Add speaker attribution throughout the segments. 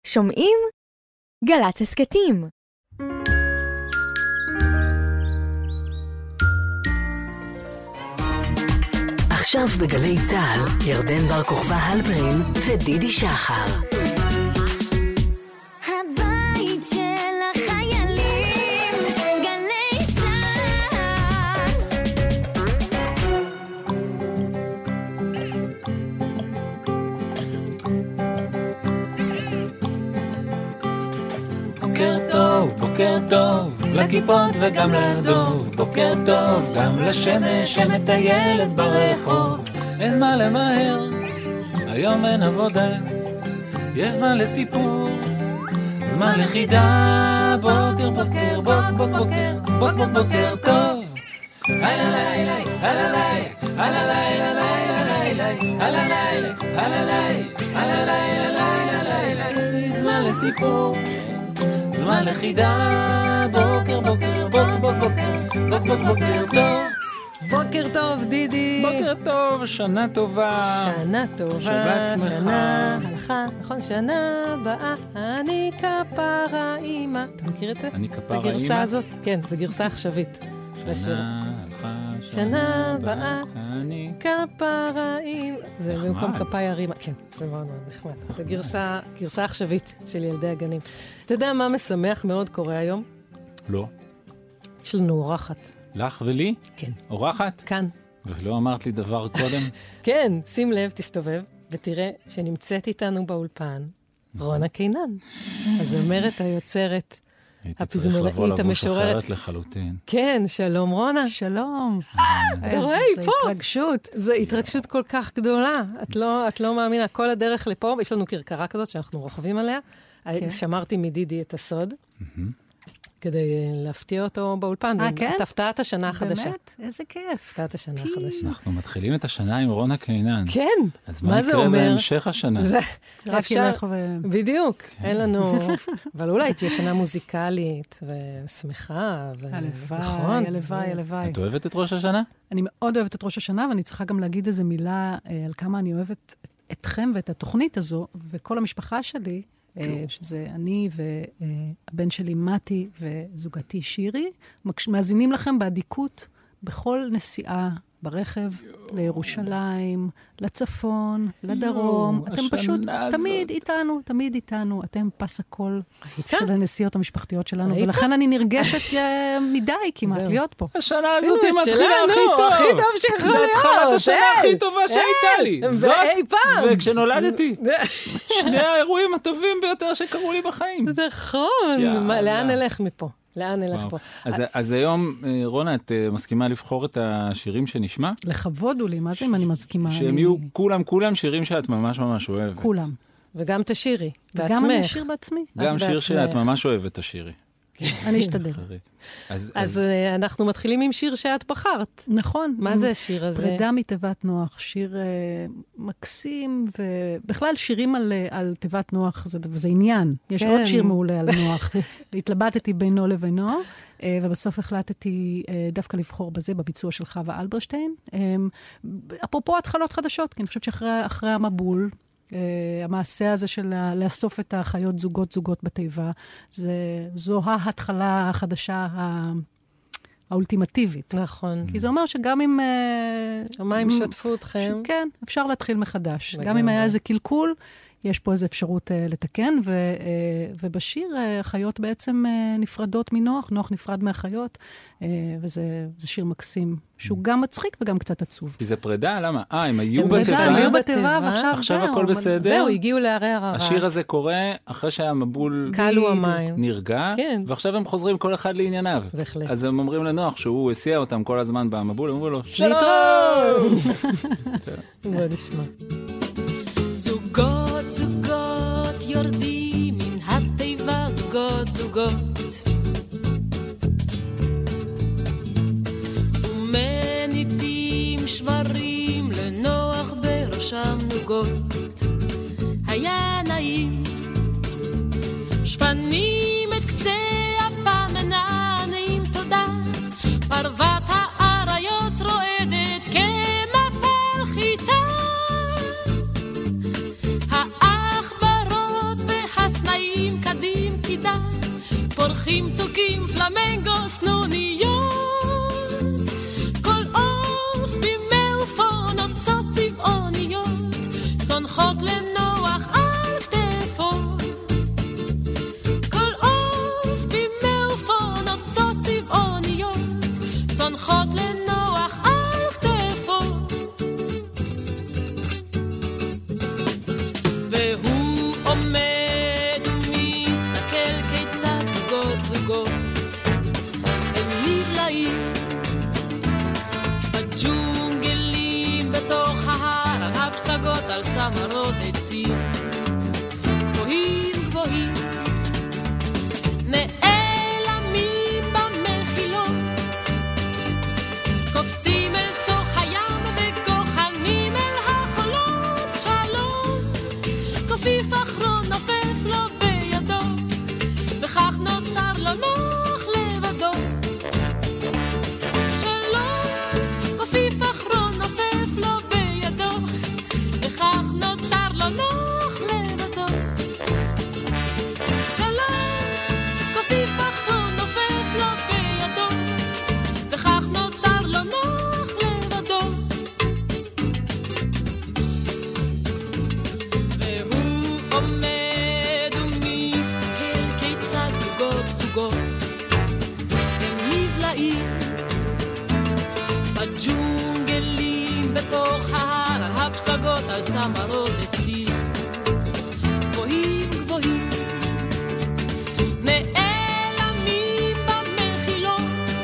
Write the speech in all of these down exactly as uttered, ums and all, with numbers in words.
Speaker 1: שומעים? גל"צ הסכתים.
Speaker 2: עכשיו בגלי צהל, ירדן בר כוכבא הלפרין ודידי שחר.
Speaker 3: הבית של החיילים, גלי צהל.
Speaker 4: בוקר טוב, בוקר טוב, לכיפות וגם לדוב. בוקר טוב, גם לשמש שמטיילת ברחוב. אין מה למהר, היום אין עבודה, יש זמן לסיפור, זמן לחידה. בוקר בוקר, בוק בוק בוקר, בוק בוק בוקר טוב. הלא לילה, הלא לילה, הלא לילה, לילה לילה, הלא לילה, הלא לילה, הלא לילה, לילה לילה. זמן לסיפור, זמן לחידה. בוקר בוקר, בוק בוק בוקר, בוק בוק בוקר טוב.
Speaker 5: בוקר טוב, דידי.
Speaker 4: בוקר טוב, שנה טובה.
Speaker 5: שנה טובה.
Speaker 4: שבת שמחה.
Speaker 5: שנה הלכה, נכון, שנה הבאה. אני כפרה אימא. אתה מכיר את זה?
Speaker 4: אני כפרה אימא?
Speaker 5: הגרסה הזאת? כן, זו גרסה עכשווית.
Speaker 4: שנה הלכה,
Speaker 5: שנה הבאה.
Speaker 4: אני...
Speaker 5: כפרה אימא. זה
Speaker 4: נחמד.
Speaker 5: במקום כפאי הרימה. כן, זה מאוד מאוד נחמד. זו גרסה, גרסה עכשווית של ילדי הגנים. אתה יודע מה משמח מאוד קורה היום?
Speaker 4: לא.
Speaker 5: יש לנו אורחת.
Speaker 4: לך ולי?
Speaker 5: כן.
Speaker 4: אורחת?
Speaker 5: כאן.
Speaker 4: ולא אמרת לי דבר קודם?
Speaker 5: כן, שים לב, תסתובב, ותראה שנמצאת איתנו באולפן רונה קינן. הזמרת, היוצרת,
Speaker 4: הייתי צריך לבוא
Speaker 5: הפזמונאית,
Speaker 4: לבוש
Speaker 5: המשוררת.
Speaker 4: אחרת לחלוטין.
Speaker 5: כן, שלום רונה.
Speaker 6: שלום.
Speaker 5: אתה רואה, היא
Speaker 6: איזה
Speaker 5: פה.
Speaker 6: התרגשות.
Speaker 5: זו התרגשות כל כך גדולה. את לא, את לא מאמינה. כל הדרך לפה, יש לנו קרקרה כזאת שאנחנו רוכבים עליה.
Speaker 6: כן.
Speaker 5: שמרתי מדידי את הסוד, כדי אה, להפתיע אותו באולפן.
Speaker 6: אה, כן?
Speaker 5: את הפתעת השנה החדשה.
Speaker 6: באמת? איזה כיף.
Speaker 5: הפתעת השנה החדשה.
Speaker 4: אנחנו מתחילים את השנה עם רונה קינן.
Speaker 5: כן.
Speaker 4: אז
Speaker 5: מה
Speaker 4: מה
Speaker 5: זה
Speaker 4: יקרה
Speaker 5: אומר?
Speaker 4: בהמשך השנה?
Speaker 5: זה-
Speaker 6: רק
Speaker 5: אפשר-
Speaker 6: ילך ו...
Speaker 5: בדיוק, אין לנו... אבל אולי תהיה שנה מוזיקלית ושמחה. ו-
Speaker 6: הלוואי,
Speaker 5: נכון.
Speaker 6: הלוואי, הלוואי.
Speaker 4: את אוהבת את ראש השנה?
Speaker 6: אני מאוד אוהבת את ראש השנה, ואני צריכה גם להגיד איזו מילה אה, על כמה אני אוהבת אתכם ואת התוכנית הזו, וכל המשפחה שלי, אה, שזה אני והבן שלי מתי וזוגתי שירי, מקש- מאזינים לכם באדיקות בכל נסיעה ברכב, לירושלים, לצפון, לדרום. אתם
Speaker 4: השנה
Speaker 6: פשוט
Speaker 4: הזאת.
Speaker 6: תמיד איתנו, תמיד איתנו. אתם פס הקול
Speaker 5: ראית?
Speaker 6: של הנסיעות המשפחתיות שלנו,
Speaker 5: ראית?
Speaker 6: ולכן אני נרגשת אה, מדי כמעט
Speaker 5: זהו.
Speaker 6: להיות פה.
Speaker 4: השנה
Speaker 5: עשינו
Speaker 4: הזאת היא
Speaker 5: את
Speaker 4: מתחילה
Speaker 5: שלנו,
Speaker 4: הכי טוב.
Speaker 5: הכי טוב שיכול
Speaker 4: זו
Speaker 5: להיות.
Speaker 4: התחלת השנה
Speaker 5: אין,
Speaker 4: הכי טובה שהייתה לי.
Speaker 5: אין,
Speaker 4: זאת,
Speaker 5: ואי פעם.
Speaker 4: וכשנולדתי. שני האירועים הטובים ביותר שקרו לי בחיים.
Speaker 5: זה נכון.
Speaker 4: יאללה.
Speaker 5: מה, לאן נלך מפה? לאן נלך
Speaker 4: וואו.
Speaker 5: פה?
Speaker 4: אז, אז היום, אה, רונה, את אה, מסכימה לבחור את השירים שנשמע?
Speaker 6: לכבוד הוא לי, מה זה אם אני מסכימה?
Speaker 4: שהם
Speaker 6: אני-
Speaker 4: יהיו כולם, כולם שירים שאת ממש ממש אוהבת.
Speaker 6: כולם.
Speaker 5: וגם תשירי,
Speaker 6: וגם אני
Speaker 5: בעצמך.
Speaker 6: אשיר בעצמי.
Speaker 4: גם
Speaker 5: את
Speaker 4: שיר
Speaker 5: בעצמך.
Speaker 4: שאת ממש אוהבת, תשירי.
Speaker 6: אני אשתדל.
Speaker 4: אחרי. אז,
Speaker 5: אז אה, אנחנו מתחילים עם שיר שאת בחרת.
Speaker 6: נכון.
Speaker 5: מה זה השיר הזה?
Speaker 6: פרידה מתיבת נוח, שיר אה, מקסים, ובכלל שירים על, אה, על תיבת נוח, זה, זה עניין. יש
Speaker 5: כן.
Speaker 6: עוד שיר מעולה על נוח. והתלבטתי בינו לבינו, אה, ובסוף החלטתי אה, דווקא לבחור בזה, בביצוע של חווה אלברשטיין. אה, אפרופו התחלות חדשות, כי אני חושבת שאחרי אחרי המבול, Uh, המעשה הזה של לאסוף את החיות זוגות זוגות בתיבה, זה, זו ההתחלה החדשה ה- האולטימטיבית.
Speaker 5: נכון.
Speaker 6: כי זה אומר שגם אם... uh,
Speaker 5: המים
Speaker 6: אם-
Speaker 5: שטפו אתכם.
Speaker 6: כן, אפשר להתחיל מחדש. גם
Speaker 5: לגמרי.
Speaker 6: אם היה איזה קלקול, יש פה איזו אפשרות uh, לתקן, ו, uh, ובשיר uh, החיות בעצם uh, נפרדות מנוח, נוח נפרד מהחיות, uh, וזה זה שיר מקסים, שהוא גם מצחיק וגם קצת עצוב.
Speaker 4: כי זה פרידה, למה? אה, הם היו
Speaker 5: הם
Speaker 6: בטח,
Speaker 4: בתיבה?
Speaker 6: הם היו
Speaker 5: בתיבה,
Speaker 6: בתיבה, ועכשיו
Speaker 4: עכשיו
Speaker 6: זהו,
Speaker 4: הכל
Speaker 6: אבל-
Speaker 4: בסדר?
Speaker 5: זהו, הגיעו להרי הררת.
Speaker 4: השיר הזה קורה אחרי שהמבול
Speaker 5: קלו המים.
Speaker 4: נרגע,
Speaker 5: כן.
Speaker 4: ועכשיו הם חוזרים כל אחד לענייניו.
Speaker 5: בהחלט.
Speaker 4: אז הם אומרים לנוח שהוא הסיע אותם כל הזמן במבול, הם אומרים לו, שלום!
Speaker 5: בוא נשמע.
Speaker 3: זוגות זוגות יורדים מן התיבה, זוגות זוגות ומנידים שברים לנוח בראשם נוגות. היה נעים שפנים את קצה אפם מנענים תודה, פרוות האריות רועדת כמפל חיטה, העכברות והסנאים סנוניות, כל עוף במעופונות צות צבעוניות, צונחות לנוח על כתפו. כל עוף במעופונות צות צבעוניות, צונחות לנוח על כתפו. והוא עומד ומסתכל כיצד זוגות זוגות הם נבלעים בג'ונגלים בתוך ההר, על הפסגות, על צמרות עצים גבוהים גבוהים, נעלמים במחילות, קופצים אל תוך הים וכוחנים אל החולות. שלום, כופיף אחרון נופף לו בידו, וכך נותר לו נוח לבדו. שלום, כופיף אחרון נופף לו בידו, וכך נותר לו נוח לבדו. שלום, כופיף אחרון נופף לו בידו, וכך נותר לו נוח לבדו. והוא עומד ומסתכל כיצד זוגות זוגות הם נבלעים בג'ונגלים בתוך ההר, על הפסגות, על צמרות עצים גבוהים גבוהים, נעלמים במחילות,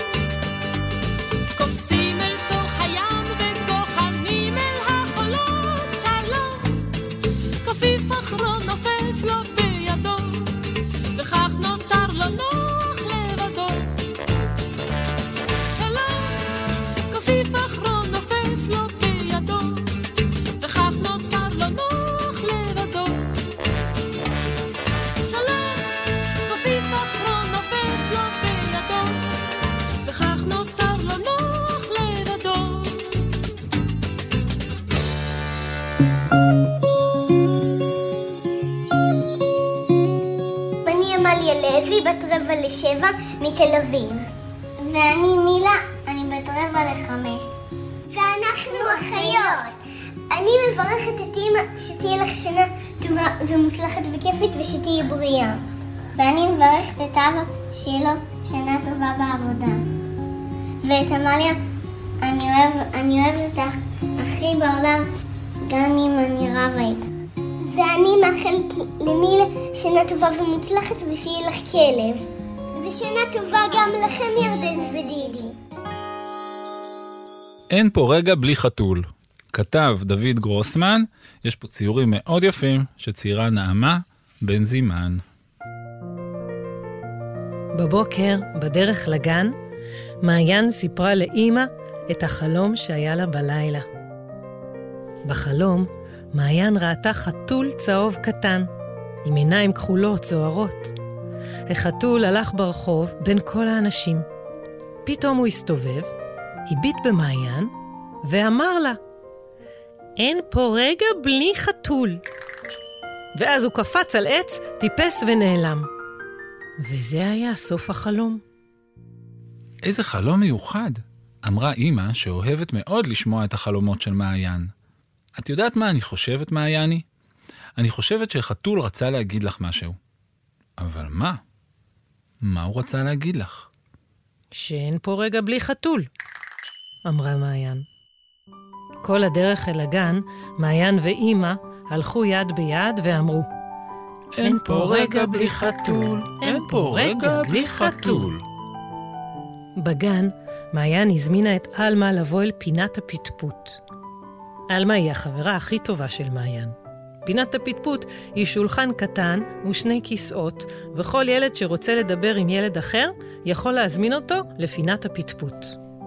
Speaker 3: קופצים אל תוך הים וכוחנים אל החולות. שלום, כופיף אחרון נופף לו בידו, וכך נותר לו נוח לבדו. שלום, כופיף אחרון נופף לו בידו, וכך נותר לו נוח לבדו. שלום, כופיף אחרון נופף לו בידו, וכך נותר לו נוח לבדו.
Speaker 7: אני אמליה לוי, בת רבע לשבע, מתל אביב. ואני מילה, אני בת רבע לחמש. ואנחנו אחיות. אני מברכת את אמא שתהיה לך שנה טובה ומוצלחת וכיפית ושתהיה בריאה. ואני מברכת את אבא שיהיה לו שנה טובה בעבודה. ואת אמליה, אני אוהב, אני אוהב אותך הכי בעולם, גם אם אני רבה איתך. ואני מאחל למילה שנה טובה ומוצלחת ושיהיה לך כלב. ושנה טובה גם לכם ירדן ודידי.
Speaker 4: אין פה רגע בלי חתול. כתב דוד גרוסמן, יש פה ציורים מאוד יפים שציירה נעמה בן זימן.
Speaker 5: בבוקר, בדרך לגן, מעיין סיפרה לאמא את החלום שהיה לה בלילה. בחלום, מעיין ראתה חתול צהוב קטן, עם עיניים כחולות זוהרות. החתול הלך ברחוב בין כל האנשים. פתאום הוא הסתובב, הביט במעיין, ואמר לה, אין פה רגע בלי חתול. ואז הוא קפץ על עץ, טיפס ונעלם. וזה היה סוף החלום.
Speaker 4: איזה חלום מיוחד, אמרה אמא שאוהבת מאוד לשמוע את החלומות של מעיין. את יודעת מה אני חושבת, מעייני? אני חושבת שחתול רצה להגיד לך משהו. אבל מה? מה הוא רצה להגיד לך?
Speaker 5: שאין פה רגע בלי חתול, אמרה מעיין. כל הדרך אל הגן, מעיין ואמא הלכו יד ביד ואמרו,
Speaker 4: אין פה רגע בלי חתול, אין פה רגע בלי חתול.
Speaker 5: בגן, מעיין הזמינה את אלמה לבוא אל פינת הפטפוט. אלמה היא החברה הכי טובה של מעיין. פינת הפטפוט היא שולחן קטן ושני כיסאות, וכל ילד שרוצה לדבר עם ילד אחר יכול להזמין אותו לפינת הפטפוט.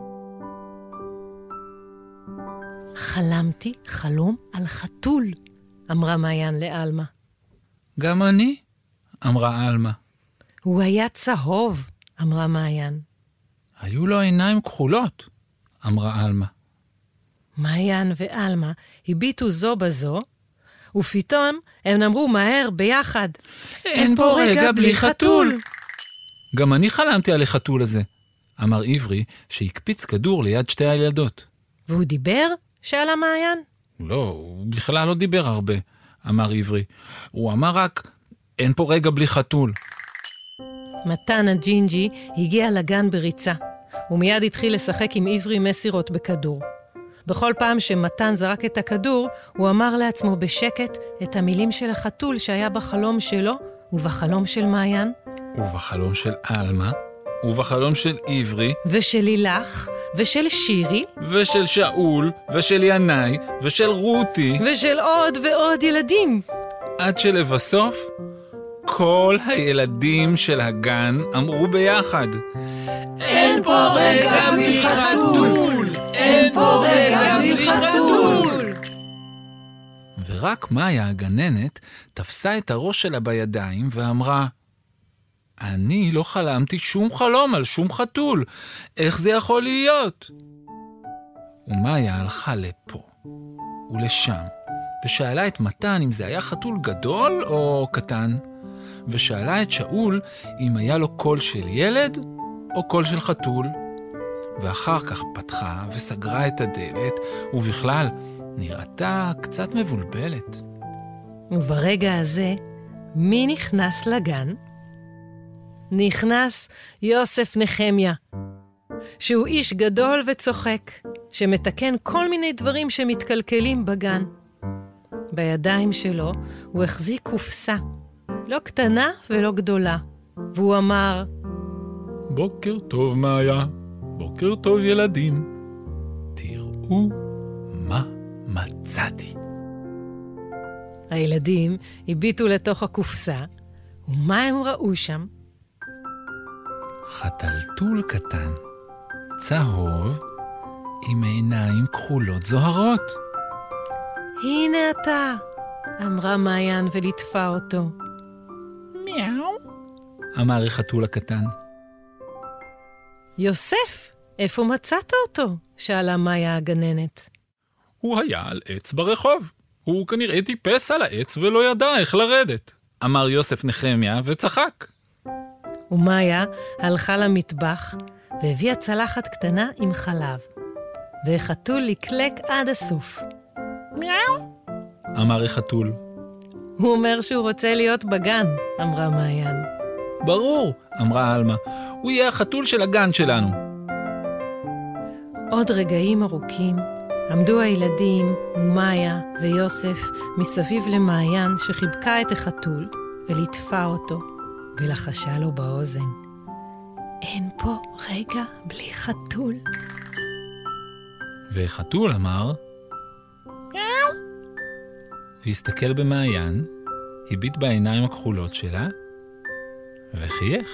Speaker 5: חלמתי חלום על חתול, אמרה מעיין לאלמה.
Speaker 4: גם אני, אמרה אלמה.
Speaker 5: הוא היה צהוב, אמרה מעיין.
Speaker 4: היו לו עיניים כחולות, אמרה אלמה.
Speaker 5: מעיין ואלמה הביטו זו בזו, ופתאום הם אמרו מהר ביחד,
Speaker 4: אין פה רגע בלי חתול. גם אני חלמתי על החתול הזה, אמר עברי שהקפיץ כדור ליד שתי הילדות.
Speaker 5: והוא דיבר? שאלה מעיין.
Speaker 4: לא, הוא בכלל לא דיבר הרבה, אמר עברי. הוא אמר רק, אין פה רגע בלי חתול.
Speaker 5: מתן הג'ינג'י הגיע לגן בריצה. הוא מיד התחיל לשחק עם עברי מסירות בכדור. בכל פעם שמתן זרק את הכדור, הוא אמר לעצמו בשקט את המילים של החתול שהיה בחלום שלו, ובחלום של מעיין,
Speaker 4: ובחלום של אלמה, ובחלום של עברי,
Speaker 5: ושל לילך, ושל שירי,
Speaker 4: ושל שאול, ושל ינאי, ושל רותי,
Speaker 5: ושל עוד ועוד ילדים.
Speaker 4: עד שלבסוף, כל הילדים של הגן אמרו ביחד, אין פה רגע בלי חתול! אין פה רגע בלי חתול! ורק מאיה הגננת תפסה את הראש שלה בידיים ואמרה, אני לא חלמתי שום חלום על שום חתול, איך זה יכול להיות? ומאיה הלכה לפה ולשם, ושאלה את מתן אם זה היה חתול גדול או קטן, ושאלה את שאול אם היה לו קול של ילד או קול של חתול, ואחר כך פתחה וסגרה את הדלת, ובכלל נראתה קצת מבולבלת.
Speaker 5: וברגע הזה, מי נכנס לגן? נכנס יוסף נחמיה, שהוא איש גדול וצוחק, שמתקן כל מיני דברים שמתקלקלים בגן. בידיים שלו הוא החזיק קופסה, לא קטנה ולא גדולה, והוא אמר,
Speaker 4: בוקר טוב מאיה, בוקר טוב ילדים, תראו מה מצאתי.
Speaker 5: הילדים הביטו לתוך הקופסה, ומה הם ראו שם?
Speaker 4: חתלתול קטן, צהוב, עם עיניים כחולות זוהרות.
Speaker 5: הנה אתה, אמרה מעיין ולטפה אותו.
Speaker 4: מיאו, אמר החתול הקטן.
Speaker 5: יוסף, איפה מצאת אותו? שאלה מאיה הגננת.
Speaker 4: הוא היה על עץ ברחוב. הוא כנראה טיפס על העץ ולא ידע איך לרדת, אמר יוסף נחמיה וצחק.
Speaker 5: ומאיה הלכה למטבח והביאה צלחת קטנה עם חלב, והחתול לקלק עד הסוף. מיאו,
Speaker 4: אמר החתול.
Speaker 5: הוא אומר שהוא רוצה להיות בגן, אמרה מעיין.
Speaker 4: ברור, אמרה אלמה. הוא יהיה החתול של הגן שלנו.
Speaker 5: עוד רגעים ארוכים עמדו הילדים ומאיה ויוסף מסביב למעיין שחיבקה את החתול ולטפה אותו ולחשה לו באוזן. אין פה רגע בלי חתול.
Speaker 4: והחתול אמר, מיאו, והסתכל במעיין, הביט בעיניים הכחולות שלה, וחייך.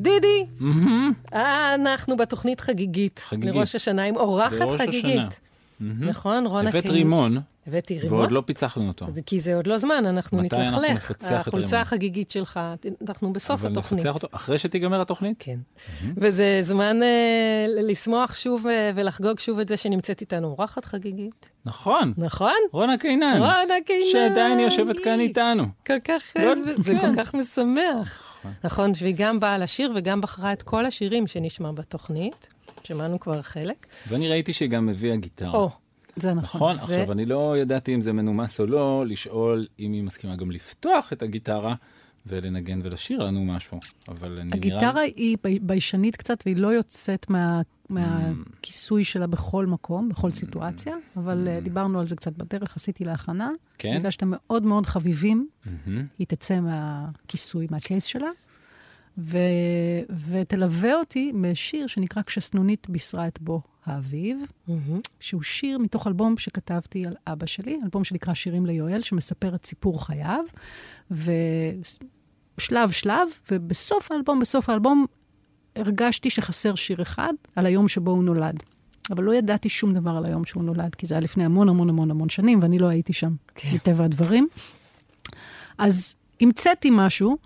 Speaker 5: דידי,
Speaker 4: מהמם.
Speaker 5: אנחנו בתוכנית חגיגית.
Speaker 4: חגיגית.
Speaker 5: לראש השנה עם אורחת
Speaker 4: לראש
Speaker 5: חגיגית.
Speaker 4: השנה. מהמם.
Speaker 5: נכון, רונה
Speaker 4: הבאת
Speaker 5: קיין.
Speaker 4: רימון,
Speaker 5: הבאתי רימון.
Speaker 4: ועוד לא פיצחנו אותו.
Speaker 5: זה כי זה עוד לא זמן, אנחנו
Speaker 4: מתי אנחנו
Speaker 5: נתלכלך.
Speaker 4: נפצח את הרימון?
Speaker 5: החולצה החגיגית שלך, אנחנו בסוף
Speaker 4: אבל
Speaker 5: התוכנית.
Speaker 4: נפצח אותו אחרי שתיגמר התוכנית?
Speaker 5: כן. וזה זמן אה, לשמוח שוב אה, ולחגוג שוב את זה שנמצאת איתנו אורחת חגיגית.
Speaker 4: נכון.
Speaker 5: נכון?
Speaker 4: רונה קיינן.
Speaker 5: רונה קיינן.
Speaker 4: שעדיין יושבת כאן איתנו.
Speaker 5: כל כך,
Speaker 4: לא,
Speaker 5: זה, זה
Speaker 4: כן.
Speaker 5: כל כך משמח. נכון, שהיא גם באה לשיר וגם בחרה את כל השירים שנשמע בתוכנית. שמענו כבר חלק.
Speaker 4: ואני ראיתי שהיא גם הביאה גיטרה.
Speaker 5: או,
Speaker 6: זה נכון.
Speaker 4: נכון,
Speaker 5: ו-
Speaker 4: עכשיו אני לא ידעתי אם זה מנומס או לא, לשאול אם היא מסכימה גם לפתוח את הגיטרה ולנגן ולשיר לנו משהו, אבל אני נראה...
Speaker 6: הגיטרה היא בי- ביישנית קצת, והיא לא יוצאת מה- מהכיסוי שלה בכל מקום, בכל סיטואציה, אבל אה, דיברנו על זה קצת בדרך, עשיתי להכנה.
Speaker 4: כן?
Speaker 6: בגלל שאתם מאוד מאוד חביבים,
Speaker 4: מהמם.
Speaker 6: היא תצא מהכיסוי, מהקייס שלה, ו... ותלווה אותי משיר שנקרא כשסנונית בישרה את בו האביב, שהוא שיר מתוך אלבום שכתבתי על אבא שלי, אלבום שנקרא שירים ליואל, שמספר את סיפור חייו, ושלב שלב, ובסוף האלבום, בסוף האלבום, הרגשתי שחסר שיר אחד על היום שבו הוא נולד. אבל לא ידעתי שום דבר על היום שהוא נולד, כי זה היה לפני המון המון המון המון שנים, ואני לא הייתי שם, מטבע הדברים. אז המצאתי משהו,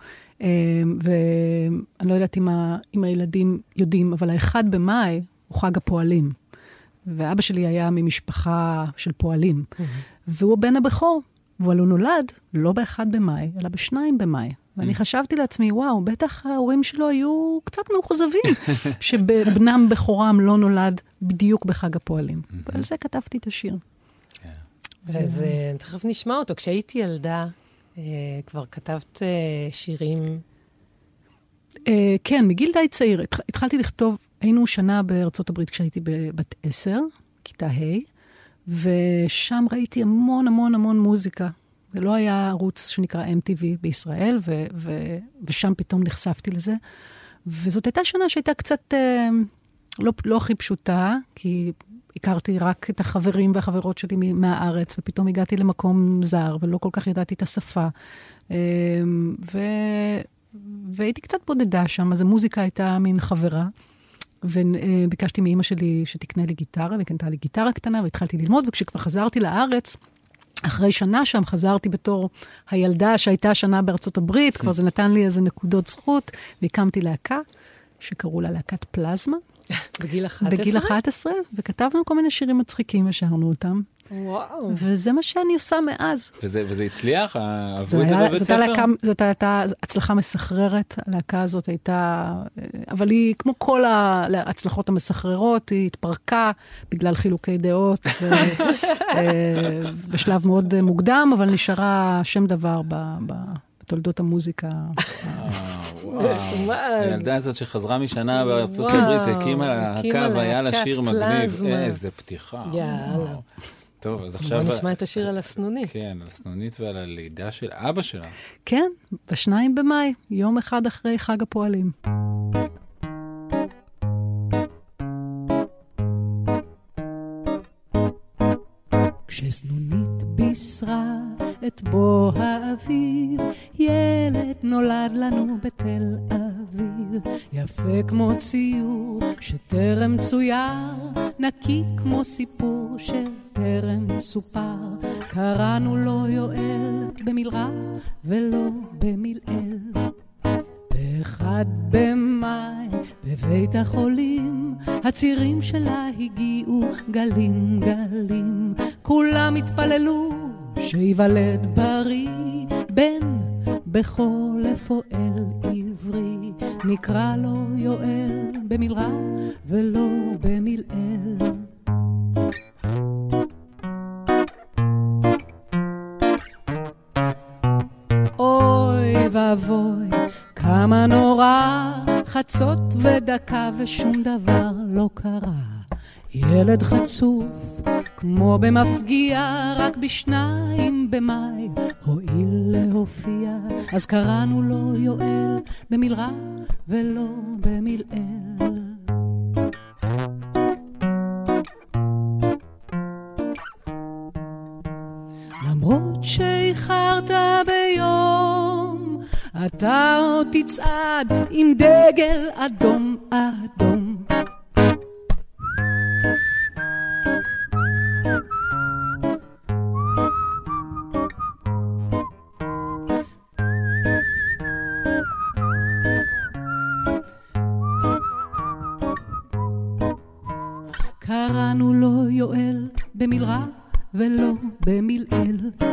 Speaker 6: ואני לא יודעת אם, ה, אם הילדים יודעים, אבל האחד במאי הוא חג הפועלים. ואבא שלי היה ממשפחה של פועלים. Mm-hmm. והוא בן הבכור, אבל הוא נולד לא באחד במאי, אלא בשניים במאי. ואני חשבתי לעצמי, וואו, בטח ההורים שלו היו קצת מאוכזבים, שבנם בכורם לא נולד בדיוק בחג הפועלים. ועל זה כתבתי את השיר.
Speaker 5: אז אה, תכף נשמע אותו. כשהייתי ילדה, אה, כבר כתבת אה, שירים...
Speaker 6: אה, כן, מגיל די צעיר. התח- התחלתי לכתוב, היינו שנה בארצות הברית כשהייתי בבת עשר, כיתה ה', ושם ראיתי המון המון המון מוזיקה. ולא היה ערוץ שנקרא אם טי וי בישראל, ו- ו- ושם פתאום נחשפתי לזה. וזאת הייתה שנה שהייתה קצת אה, לא, לא הכי פשוטה, כי הכרתי רק את החברים והחברות שלי מהארץ, ופתאום הגעתי למקום זר, ולא כל כך ידעתי את השפה. אה, ו- והייתי קצת בודדה שם, אז המוזיקה הייתה מין חברה. וביקשתי מאמא שלי שתקנה לי גיטרה, וקנתה לי גיטרה קטנה, והתחלתי ללמוד, וכשכבר חזרתי לארץ, אחרי שנה שם חזרתי בתור הילדה שהייתה שנה בארצות הברית, כבר זה נתן לי איזה נקודות זכות, והקמתי להקה, שקראו לה להקת פלזמה.
Speaker 5: בגיל אחת עשרה?
Speaker 6: בגיל אחת עשרה, וכתבנו כל מיני שירים מצחיקים, ושרנו אותם.
Speaker 5: וואו.
Speaker 6: וזה מה שאני עושה מאז.
Speaker 4: וזה, וזה הצליח? אהבו
Speaker 6: זו
Speaker 4: את זה
Speaker 6: היה-
Speaker 4: בבית
Speaker 6: זאת
Speaker 4: ספר?
Speaker 6: הלהקה- זאת הייתה הצלחה מסחררת, הלהקה הזאת הייתה, אבל היא, כמו כל ההצלחות המסחררות, היא התפרקה בגלל חילוקי דעות, ו- אה, בשלב מאוד מוקדם, אבל נשארה שם דבר ב- ב- בתולדות המוזיקה.
Speaker 4: אה, וואו. הילדה הזאת שחזרה משנה בארצות
Speaker 5: וואו,
Speaker 4: הברית, הקימה
Speaker 5: הקימה
Speaker 4: להקה והיה לה
Speaker 5: להקת
Speaker 4: שיר מגניב.
Speaker 5: פלזמה.
Speaker 4: איזה פתיחה.
Speaker 5: יאללה.
Speaker 4: וואו. טוב, אז עכשיו...
Speaker 5: בוא נשמע את השיר על הסנונית.
Speaker 4: כן, על הסנונית ועל הלידה של אבא שלה.
Speaker 6: כן, בשניים במאי, יום אחד אחרי חג הפועלים. כשסנונית בישרה את בוא האביב, ילד נולד לנו בתל אביב, יפה כמו ציור שטרם צויר, נקי כמו סיפור שטרם סופר, קראנו לו יואל במלרע ולא במלעיל. באחד במאי בבית החולים, הצירים שלה הגיעו גלים גלים, כולם התפללו שיוולד בריא, בן בכל לפועל עברי, נקרא לו יואל במלרע ולא במלעיל. אוי ואבוי, כמה נורא, חצות ודקה ושום דבר לא קרה. ילד חצוף, כמו במפגיע, רק בשניים במאי הועיל להופיע, אז קראנו לו יואל במלרע ולא במלעיל. למרות שאיחרת ביום, אתה אתה תצעד עם דגל אדום אדום. קראנו לו יואל במלרע ולא במלאל.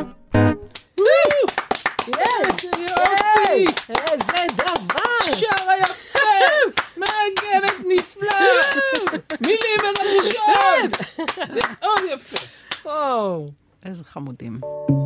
Speaker 5: יופי! איזה דבר!
Speaker 4: שרה יפה! מנגנת נפלא! מילים מרגשות! מאוד יפה.
Speaker 5: וואו,
Speaker 6: איזה חמודים.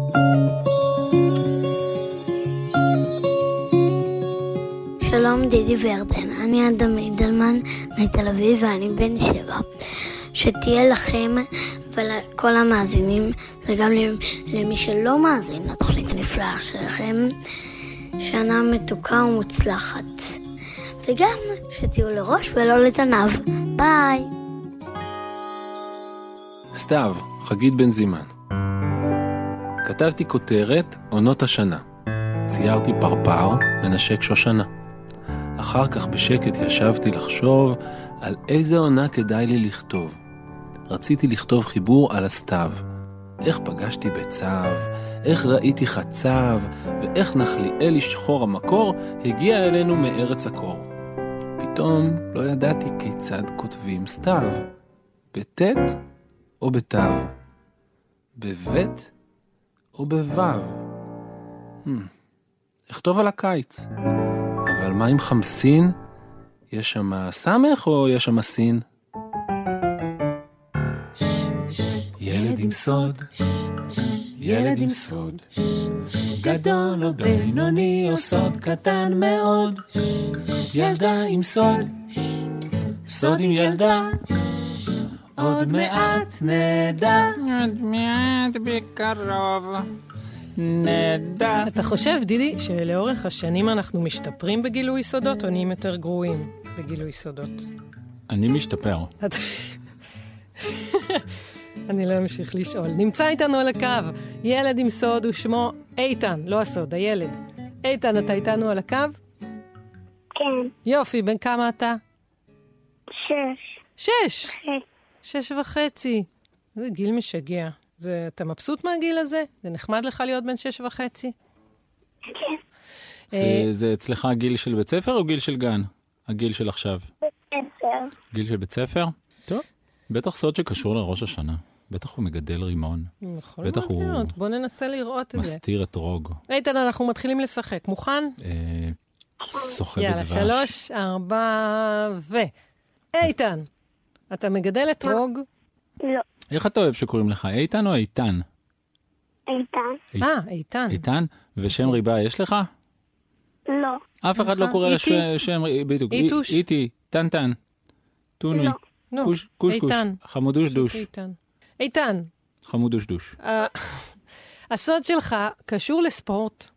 Speaker 7: שלום דידי וירדן, אני אדם מידלמן מתל אביב ואני בן שבע. שתהיה לכם ולכל המאזינים וגם למי שלא מאזין לתוכנית הנפלאה שלכם שנה מתוקה ומוצלחת, וגם שתהיו לראש ולא לזנב. ביי.
Speaker 8: סתיו, חגית בן זימן. כתבתי כותרת עונות השנה. ציירתי פרפר מנשק שושנה. אחר כך בשקט ישבתי לחשוב על איזה עונה כדאי לי לכתוב. רציתי לכתוב חיבור על הסתיו. איך פגשתי בצו, איך ראיתי חצב, ואיך נחליאלי שחור המקור הגיע אלינו מארץ הקור. פתאום לא ידעתי כיצד כותבים סתיו. בטט או בתו? בבית או בוו? Hmm. אכתוב על הקיץ. אבל מה עם חמסין? יש שם סמך או יש שם סין?
Speaker 4: ילד עם סוד, ילד עם סוד, גדול או בינוני או סוד קטן מאוד. ילדה עם סוד, סוד עם ילדה, עוד מעט נדע, עוד מעט בקרוב נדע.
Speaker 5: אתה חושב, דידי, שלאורך השנים אנחנו משתפרים בגילוי סודות או נהיים יותר גרועים בגילוי סודות?
Speaker 4: אני משתפר.
Speaker 5: אני לא אמשיך לשאול. נמצא איתנו על הקו ילד עם סוד ושמו איתן, לא הסוד, הילד. איתן, אתה איתנו על הקו?
Speaker 7: כן.
Speaker 5: יופי, בן כמה אתה?
Speaker 7: שש.
Speaker 5: שש? שש וחצי. זה גיל משגע. זה, אתה מבסוט מהגיל הזה? זה נחמד לך להיות בן שש וחצי?
Speaker 7: כן.
Speaker 4: זה, זה אצלך גיל של בית ספר או גיל של גן? הגיל של עכשיו?
Speaker 7: בית ספר.
Speaker 4: גיל של בית ספר? טוב. בטח סוד שקשור לראש השנה. בטח הוא מגדל רימון.
Speaker 5: יכול
Speaker 4: בטח הוא
Speaker 5: להיות. בוא ננסה לראות את זה.
Speaker 4: מסתיר את רוג.
Speaker 5: איתן, אנחנו מתחילים לשחק. מוכן?
Speaker 4: אה, סוחב
Speaker 5: יאללה,
Speaker 4: בדבש.
Speaker 5: שלוש, ארבע, ו... איתן, אתה מגדל את רוג?
Speaker 7: לא.
Speaker 4: איך אתה אוהב שקוראים לך? איתן או איתן?
Speaker 7: איתן.
Speaker 5: אה, איתן.
Speaker 4: איתן? ושם ריבה יש לך?
Speaker 7: לא.
Speaker 4: אף אחד לא קורא
Speaker 5: איתי?
Speaker 4: לשם ריבה. בדיוק.
Speaker 5: איתוש?
Speaker 4: איתי, טנטן, טוני,
Speaker 7: לא.
Speaker 5: נו,
Speaker 4: קוש קוש,
Speaker 5: איתן.
Speaker 4: חמודוש דוש.
Speaker 5: איתן. איתן,
Speaker 4: חמודוש דוש.
Speaker 5: ה- הסוד שלך קשור לספורט.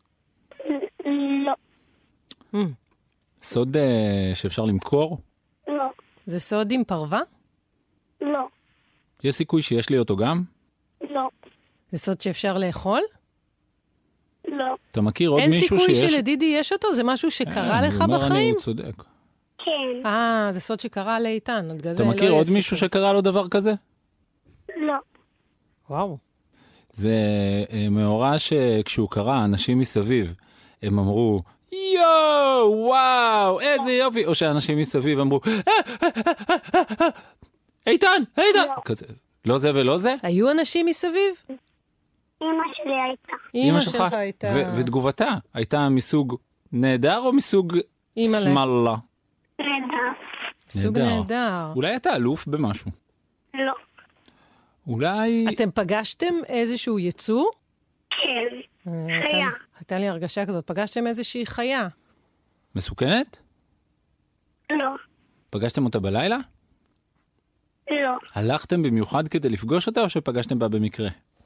Speaker 7: לא.
Speaker 5: Hmm,
Speaker 4: סוד אה, שאפשר למכור?
Speaker 7: לא.
Speaker 5: זה סוד עם פרווה?
Speaker 7: לא.
Speaker 4: יש סיכוי שיש לי אותו גם?
Speaker 7: לא.
Speaker 5: זה סוד שאפשר לאכול?
Speaker 7: לא.
Speaker 4: אתה מכיר עוד
Speaker 5: אין
Speaker 4: מישהו
Speaker 5: סיכוי
Speaker 4: שיש?
Speaker 5: שלדידי יש אותו? זה משהו שקרה
Speaker 4: אה,
Speaker 5: לך
Speaker 4: הוא אומר, אני,
Speaker 5: בחיים?
Speaker 4: הוא צודק.
Speaker 7: כן.
Speaker 5: אה, זה סוד שקרה לאיתן.
Speaker 4: אתה מכיר עוד מישהו שקרה לו דבר כזה?
Speaker 7: לא.
Speaker 5: וואו.
Speaker 4: זה אה, מאורע שכשהוא קרא, אנשים מסביב, הם אמרו, יואו, וואו, איזה יופי, או שאנשים מסביב אמרו, "אה, אה, אה, אה, אה, אה, איתן, איתן,
Speaker 7: לא.
Speaker 4: כזה, לא זה ולא זה?
Speaker 5: היו אנשים מסביב?
Speaker 7: אמא שלי הייתה.
Speaker 5: אמא שלך הייתה...
Speaker 4: ו- ותגובתה הייתה מסוג נהדר או מסוג
Speaker 5: אימא'לה.
Speaker 4: שמאללה?
Speaker 7: נהדר.
Speaker 5: סוג נהדר.
Speaker 4: אולי אתה אלוף במשהו.
Speaker 7: לא.
Speaker 4: אולי...
Speaker 5: אתם פגשתם איזשהו יצור?
Speaker 7: כן.
Speaker 5: אה,
Speaker 7: חיה.
Speaker 5: הייתה- הייתה לי הרגשה כזאת. פגשתם איזושהי חיה?
Speaker 4: מסוכנת?
Speaker 7: לא.
Speaker 4: פגשתם אותה בלילה?
Speaker 7: לא.
Speaker 4: הלכתם במיוחד כדי לפגוש אותה או שפגשתם בה במקרה?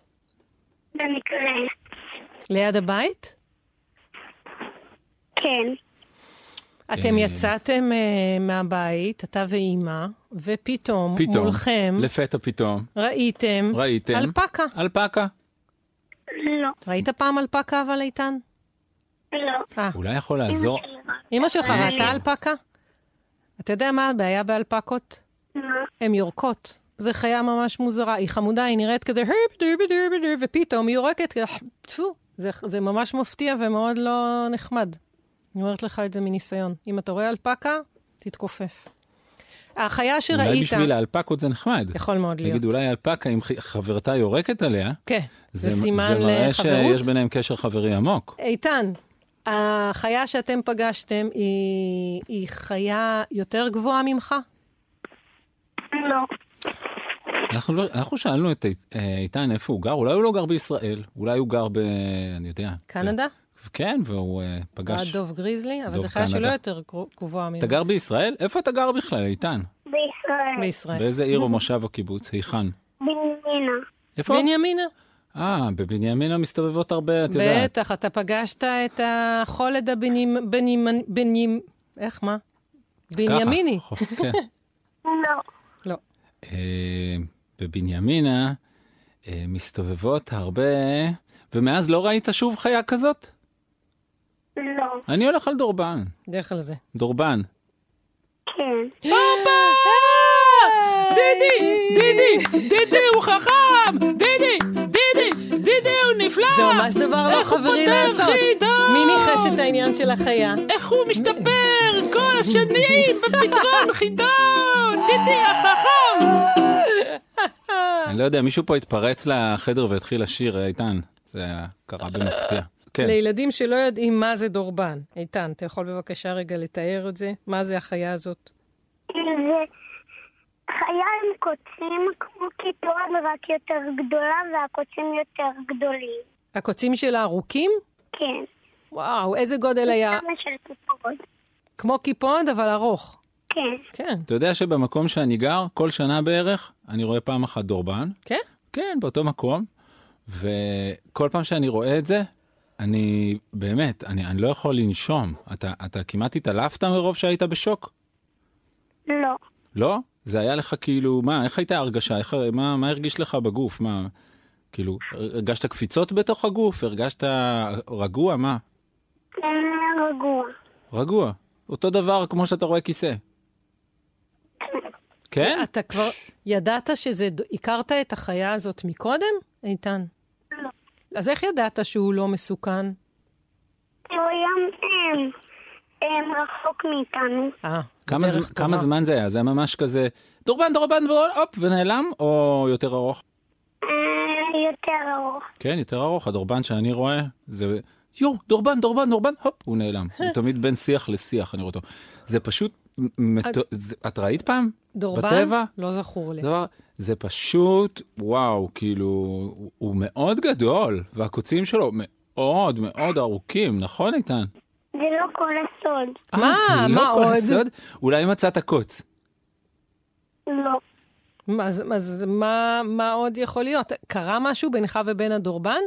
Speaker 7: במקרה.
Speaker 5: ליד הבית?
Speaker 7: כן.
Speaker 5: אתם
Speaker 4: אה.
Speaker 5: יצאתם uh, מהבית, אתה ואימא, ופתאום
Speaker 4: פתאום,
Speaker 5: מולכם
Speaker 4: לפתע פתאום,
Speaker 5: ראיתם
Speaker 4: ראיתם,
Speaker 5: אלפקה.
Speaker 4: אלפקה.
Speaker 7: לא.
Speaker 5: ראית פעם אלפקה אבל איתן?
Speaker 7: לא.
Speaker 8: אולי יכול לעזור.
Speaker 5: אמא שלך ראתה אלפקה? אתה יודע מה הבעיה באלפקות?
Speaker 7: מה?
Speaker 5: הן יורקות. זו חיה ממש מוזרה. היא חמודה, היא נראית כזה, ופתאום היא יורקת כזה, טפו. זה, זה ממש מפתיע ומאוד לא נחמד. אני אומרת לך את זה מניסיון. אם אתה רואה אלפקה, תתכופף. החיה שראית...
Speaker 8: אולי בשביל האלפקות זה נחמד.
Speaker 5: יכול מאוד להיות.
Speaker 8: נגיד, אולי האלפקה, אם חברתה יורקת עליה,
Speaker 5: כן, זה, זה סימן
Speaker 8: לחברות. זה מראה שיש
Speaker 5: לחברות.
Speaker 8: ביניהם קשר חברי עמוק.
Speaker 5: איתן, החיה שאתם פגשתם היא, היא חיה יותר גבוהה ממך?
Speaker 7: לא.
Speaker 8: אנחנו, לא, אנחנו שאלנו את איתן איפה הוא גר, אולי הוא לא גר בישראל, אולי הוא גר ב... אני יודע.
Speaker 5: קנדה?
Speaker 8: ב... כן, והוא uh, פגש...
Speaker 5: דוב גריזלי, אבל
Speaker 8: דוב
Speaker 5: זה חיה
Speaker 8: קנדה.
Speaker 5: שלא יותר גבוהה ממך.
Speaker 8: אתה גר בישראל? איפה אתה גר בכלל, איתן?
Speaker 7: בישראל.
Speaker 5: בישראל.
Speaker 8: באיזה עיר או מושב או קיבוץ? היכן?
Speaker 7: בנימינה.
Speaker 8: איפה?
Speaker 5: בנימינה.
Speaker 8: אה, בבנימינה מסתובבות הרבה, את יודעת.
Speaker 5: בטח, אתה פגשת את החולד הבנימ... בנימ... בנימ... איך, מה? בנימיני.
Speaker 8: ככה, כן.
Speaker 7: לא.
Speaker 5: לא.
Speaker 8: אה, בבנימינה אה, מסתובבות הרבה... ומאז לא ראית שוב חיה כזאת?
Speaker 7: לא.
Speaker 8: אני הולך על דורבן.
Speaker 5: דרך על זה.
Speaker 8: דורבן.
Speaker 7: כן.
Speaker 5: דידי! דידי! דידי הוא חכם! דידי! דידי! דידי הוא נפלא! זה ממש דבר לא חברי לעשות. מי ניחש את העניין של החיה? איך הוא משתפר כל השנים בפתרון חידון! דידי החכם!
Speaker 8: אני לא יודע, מישהו פה התפרץ לחדר והתחיל לשיר, איתן. זה קרה במפתיע. כן.
Speaker 5: לילדים שלא יודעים מה זה דורבן. איתן, אתה יכול בבקשה רגע לתאר את זה? מה זה החיה הזאת?
Speaker 7: זה חיה עם קוצים כמו קיטון, רק יותר גדולה, והקוצים יותר גדולים.
Speaker 5: הקוצים שלה ארוכים?
Speaker 7: כן.
Speaker 5: וואו, איזה גודל היה?
Speaker 7: כמה של קיפוד.
Speaker 5: כמו קיפוד, אבל ארוך.
Speaker 7: כן.
Speaker 5: כן.
Speaker 8: אתה יודע שבמקום שאני גר, כל שנה בערך, אני רואה פעם אחת דורבן.
Speaker 5: כן?
Speaker 8: כן, באותו מקום. וכל פעם שאני רואה את זה, אני באמת, אני, אני לא יכול לנשום. אתה, אתה כמעט התעלפת מרוב שהיית בשוק?
Speaker 7: לא.
Speaker 8: לא? זה היה לך כאילו, מה, איך הייתה הרגשה? איך, מה, מה הרגיש לך בגוף? מה, כאילו, הרגשת קפיצות בתוך הגוף? הרגשת רגוע? מה?
Speaker 7: רגוע.
Speaker 8: רגוע. אותו דבר כמו שאתה רואה כיסא. כן?
Speaker 5: אתה כבר ידעת שזה, הכרת את החיה הזאת מקודם, איתן?
Speaker 7: לא.
Speaker 5: אז איך ידעת שהוא לא מסוכן?
Speaker 7: הוא היה הם רחוק מאיתנו.
Speaker 5: אה,
Speaker 8: כמה, ז... כמה זמן זה היה? זה היה ממש כזה, דורבן, דורבן, דורבן, הופ, ונעלם, או יותר ארוך?
Speaker 7: יותר ארוך.
Speaker 8: כן, יותר ארוך. הדורבן שאני רואה, זה, יו, דורבן, דורבן, דורבן, הופ, הוא נעלם. הוא תמיד בין שיח לשיח, אני רואה אותו. זה פשוט, מת... זה... את ראית פעם?
Speaker 5: דורבן?
Speaker 8: בטבע?
Speaker 5: לא זכור לי.
Speaker 8: דבר, זה פשוט, וואו, כאילו, הוא, הוא מאוד גדול, והקוצים שלו מאוד מאוד ארוכים, נכון, איתן?
Speaker 7: זה לא כל הסוד.
Speaker 5: מה?
Speaker 8: זה לא
Speaker 5: מה
Speaker 8: כל
Speaker 5: עוד?
Speaker 8: הסוד? אולי מצאת קוץ.
Speaker 7: לא.
Speaker 5: אז, אז מה, מה עוד יכול להיות? קרה משהו בינך ובין הדורבן?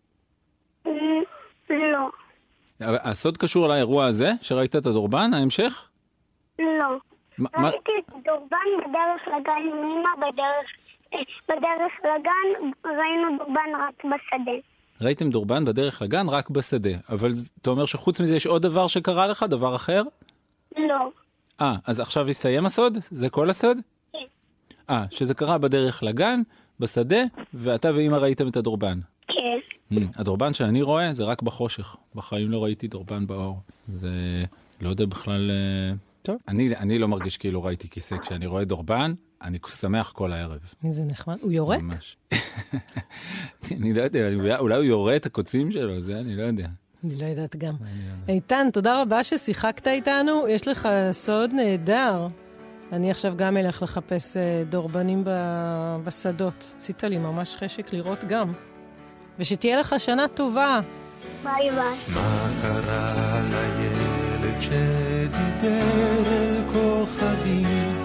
Speaker 7: לא.
Speaker 8: הסוד קשור לאירוע הזה, שראית את הדורבן, ההמשך?
Speaker 7: לא.
Speaker 8: מה-
Speaker 7: ראיתי את דורבן בדרך לגן עם אמא, בדרך, אה, בדרך לגן ראינו דורבן רק בשדה.
Speaker 8: ראיתם דורבן בדרך לגן רק בשדה, אבל ז- אתה אומר שחוץ מזה יש עוד דבר שקרה לך, דבר אחר?
Speaker 7: לא.
Speaker 8: אה, אז עכשיו הסתיים הסוד? זה כל הסוד?
Speaker 7: כן.
Speaker 8: אה, שזה קרה בדרך לגן, בשדה, ואתה ואמא ראיתם את הדורבן.
Speaker 7: כן.
Speaker 8: Hmm, הדורבן שאני רואה זה רק בחושך. בחיים לא ראיתי דורבן באור. זה לא יודע בכלל... אה, טוב. אני, אני לא מרגיש כאילו ראיתי כיסא. כשאני רואה דורבן, אני שמח כל הערב.
Speaker 5: איזה נחמד. הוא יורק?
Speaker 8: ממש. אני לא יודע, אולי הוא יורה את הקוצים שלו, זה אני לא יודע.
Speaker 5: אני לא יודעת גם. איתן, תודה רבה ששיחקת איתנו. יש לך סוד נהדר. אני עכשיו גם אלך לחפש אה, דורבנים ב- בשדות. עשית לי ממש חשק לראות גם. ושתהיה לך שנה טובה.
Speaker 7: ביי ביי.
Speaker 9: מה קרה לילד שדיבר אל כוכבים,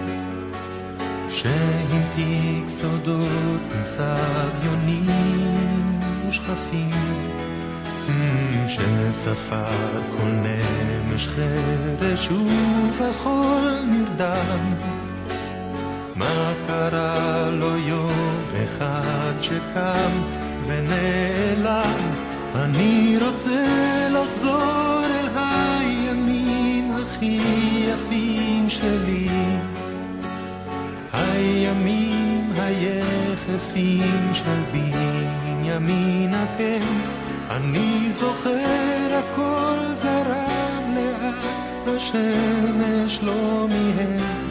Speaker 9: שהמתיק סודות עם סביונים ושכפים, שספר כל נמש חרש ובכל נרדם? מה קרה לו יום אחד שקם ונעלם? אני רוצה לחזור שלי, הימים היחפים של בנימין כן, אני זוכר הכל זרם לאט, השמש לא מיהם.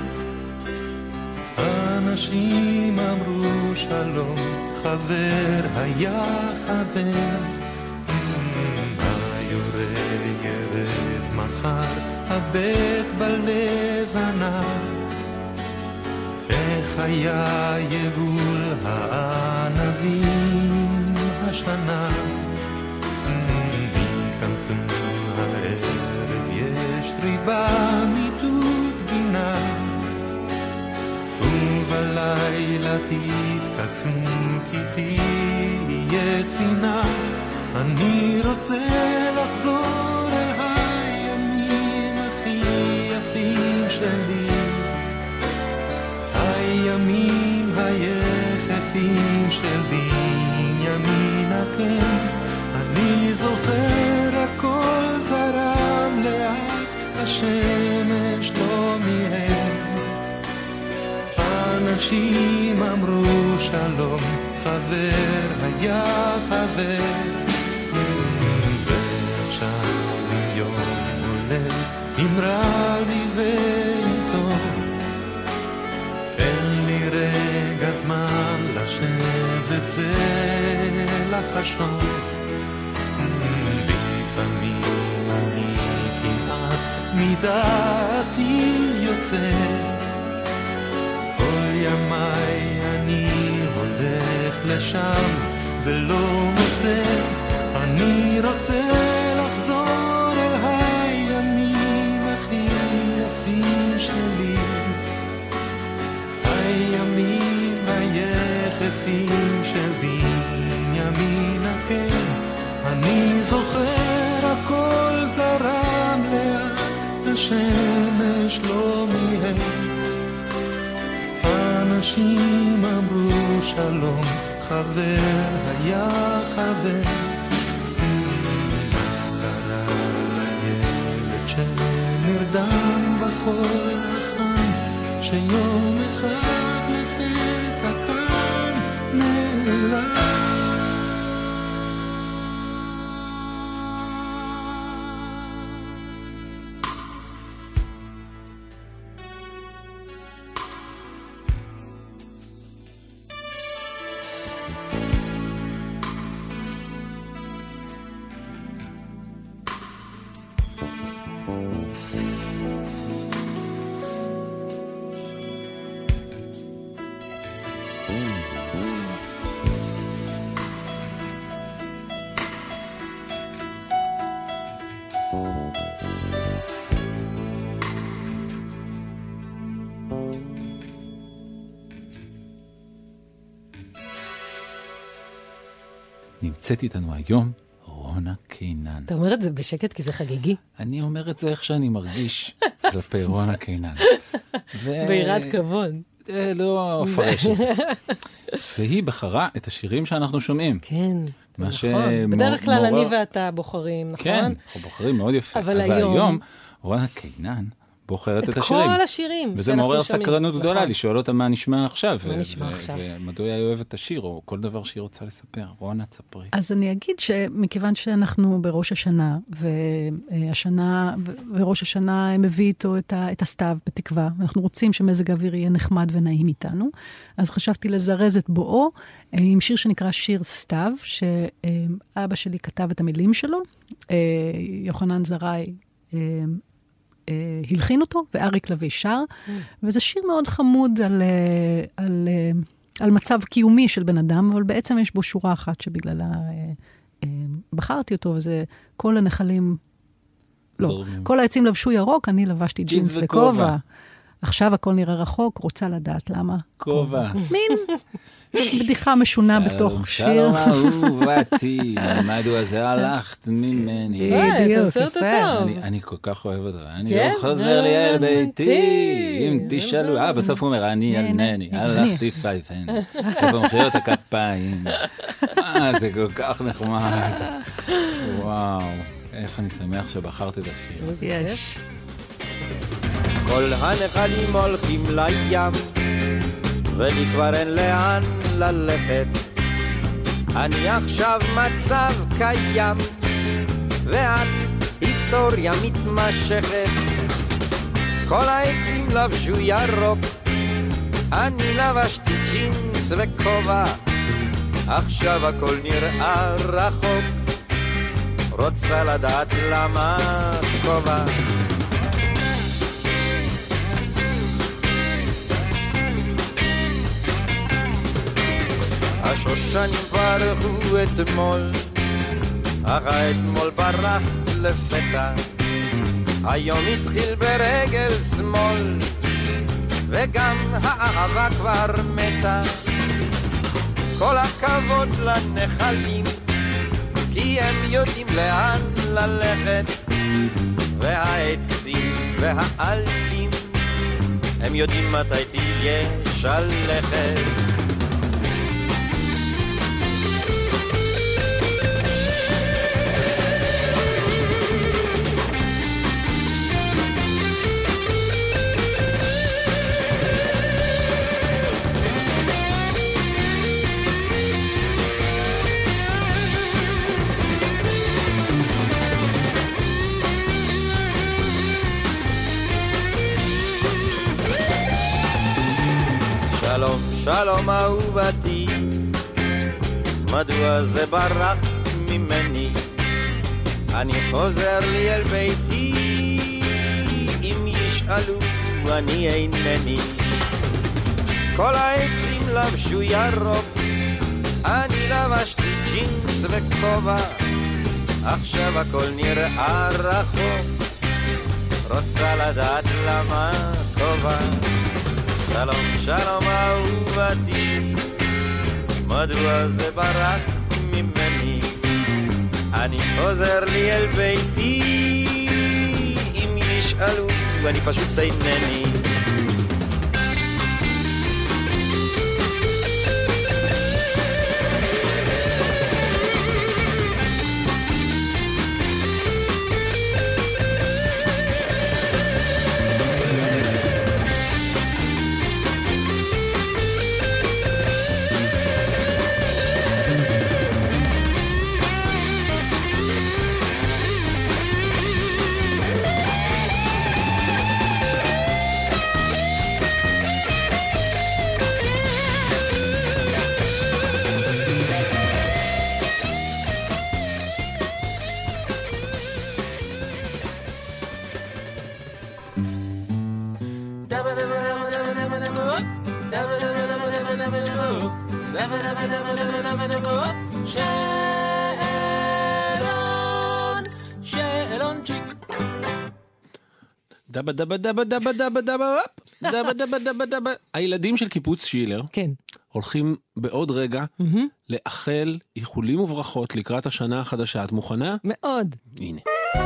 Speaker 9: אנשים אמרו שלום, חבר היה חבר, היורה ירד מחר, הבט בלבנה, איך היה יבול הענבים השנה, ייכנסו הערב, יש ריבה מיטוט גינה, ובלילה תתכסו כי תהיה צינה, אני רוצה לחזור אל הימים הכי יפים שלי, הימים היחפים של בנימין כן, אני זוכר הכל זרם לאט, השמש לא מיהם. אנשים אמרו שלום, חבר היה חבר, ועכשיו יום עולה, אם רע לי ואיתו, אין לי רגע זמן לשבת ולחשוב, לפעמים אני כמעט מדעתי יוצא, כל ימיי אני הולך לשם ולא מוצא, אני רוצה לחזור אל הימים הכי יפים שלי, הימים היחפים של בנימין כן, אני זוכר הכל זרם לאט, השמש לא מיהם. אנשים אמרו שלום, חבר היה חבר, קרא לילד שנרדם בחול החם, שיום אחד לפתע כאן נעלם.
Speaker 8: נמצאת איתנו היום רונה קינן.
Speaker 5: אתה אומר את זה בשקט כי זה חגיגי?
Speaker 8: אני אומר את זה איך שאני מרגיש כלפי רונה קינן.
Speaker 5: ביראת כבוד.
Speaker 8: לא אפרש את זה. והיא בחרה את השירים שאנחנו שומעים.
Speaker 5: כן, זה נכון. בדרך כלל אני ואתה בוחרים, נכון?
Speaker 8: כן, אנחנו בוחרים מאוד יפה.
Speaker 5: אבל היום
Speaker 8: רונה קינן בוחרת את השירים.
Speaker 5: את כל השירים.
Speaker 8: וזה מעורר סקרנות גדולה, לשאול אותה מה נשמע עכשיו.
Speaker 5: מה נשמע עכשיו.
Speaker 8: ומדוע היא אוהבת את השיר, או כל דבר שהיא רוצה לספר. רונה, תספרי.
Speaker 6: אז אני אגיד שמכיוון שאנחנו בראש השנה, והשנה, וראש השנה מביא איתו את הסתיו בתקווה, ואנחנו רוצים שמזג האוויר יהיה נחמד ונעים איתנו, אז חשבתי לזרז את בואו עם שיר שנקרא שיר סתיו, שאבא שלי כתב את המילים שלו, יוחנן זרעי, הלחין אותו, ואריק לוי שר, וזה שיר מאוד חמוד על, על, על מצב קיומי של בן אדם, אבל בעצם יש בו שורה אחת שבגללה בחרתי אותו, וזה כל הנחלים, לא, כל העצים לבשו ירוק, אני לבשתי ג'ינס וכובע. עכשיו הכל נראה רחוק, רוצה לדעת למה.
Speaker 8: כובע.
Speaker 6: מין בדיחה משונה בתוך שיר.
Speaker 8: שלום אהובתי, מדוע זה הלכת ממני.
Speaker 5: אתה עושה אותו טוב.
Speaker 8: אני כל כך אוהב אותו. אני לא חוזר לי אל ביתי, אם תשאלו. אה, בסוף הוא אומר, אני ינני, הלכתי פייפן. איפה מחיאות הכפיים. אה, זה כל כך נחמד. וואו, איך אני שמח שבחרת את השיר.
Speaker 6: יש.
Speaker 10: כל הנחלים הולכים לים, ולי כבר אין לאן ללכת. אני עכשיו מצב קיים, ואת היסטוריה מתמשכת. כל העצים לבשו ירוק, אני לבשתי ג'ינס וכובע, עכשיו הכל נראה רחוק, רוצה לדעת למה כובע. השושנים פרחו אתמול, אך האתמול ברח לפתע, היום התחיל ברגל שמאל, וגם האהבה כבר מתה. כל הכבוד לנחלים, כי הם יודעים לאן ללכת, והעצים והעלים, הם יודעים מתי תהיה שלכת. שלום, שלום אהובתי, מדוע זה ברח ממני? אני חוזר לי אל ביתי, אם ישאלו אני אינני. כל העצים לבשו ירוק, אני לבשתי ג'ינס וכובע, עכשיו הכל נראה רחוק, רוצה לדעת למה כובע. שלום, שלום אהובתי, מדוע זה ברח ממני? אני חוזר לי אל ביתי, אם ישאלו אני פשוט אינני.
Speaker 8: דבה דבה דבה דבה דבה דבה דבה דבה דבה דבה. הילדים של קיבוץ שילר
Speaker 5: כן.
Speaker 8: הולכים בעוד רגע לאחל איחולים וברכות לקראת השנה החדשה. את מוכנה?
Speaker 5: מאוד.
Speaker 8: הנה.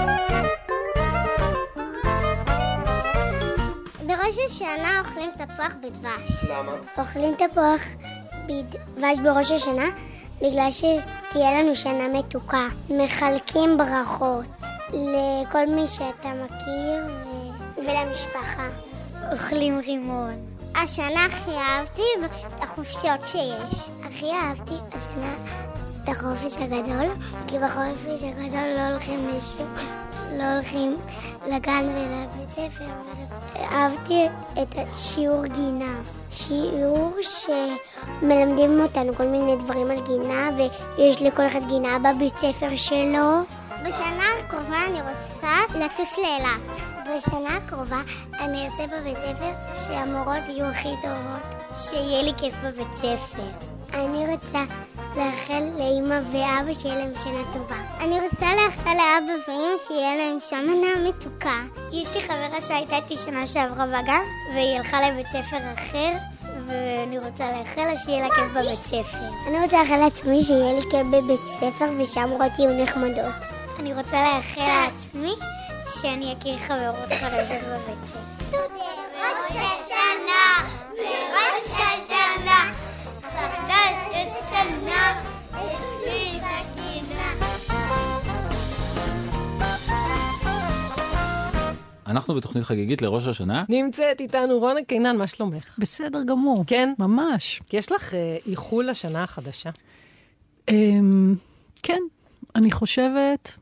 Speaker 7: בראש השנה אוכלים תפוח בדבש.
Speaker 10: למה?
Speaker 7: אוכלים תפוח בדבש בראש השנה בגלל שתהיה לנו שנה מתוקה. מחלקים ברכות לכל מי שאתה מכיר ו... ולמשפחה. אוכלים רימון. השנה הכי אהבתי את החופשות שיש. הכי אהבתי השנה את החופש הגדול, כי בחופש הגדול לא הולכים לשום, לא הולכים לגן ולבית ספר. אהבתי את השיעור גינה. שיעור שמלמדים אותנו כל מיני דברים על גינה, ויש לכל אחד גינה בבית ספר שלו. בשנה הקרובה אני רוצה לטוס לאילת. בשנה הקרובה אני ארצה בבית ספר שהמורות יהיו הכי טובות, שיהיה לי כיף בבית ספר. אני רוצה לאחל לאמא ואבא שיהיה להם שנה טובה. אני רוצה לאחל לאבא ואמא שיהיה להם שנה מתוקה. יש לי חברה שהייתה איתי שנה שעברה בגן, והיא הלכה לבית ספר אחר, ואני רוצה לאחל לה שיהיה לה כיף בבית ספר. אני רוצה לאחל לעצמי שיהיה לי כיף בבית ספר ושהמורות יהיו נחמדות. אני רוצה לאחל לעצמי שאני אכיר חברות חדשות בבית ספר. ראש השנה, ראש השנה, חדש השנה, אצלי בגינה.
Speaker 4: אנחנו בתוכנית חגיגית לראש השנה.
Speaker 5: נמצאת איתנו רונה קינן, מה שלומך?
Speaker 6: בסדר גמור.
Speaker 5: כן?
Speaker 6: ממש.
Speaker 5: כי יש לך אה, איחול לשנה החדשה?
Speaker 6: אמ, כן, אני חושבת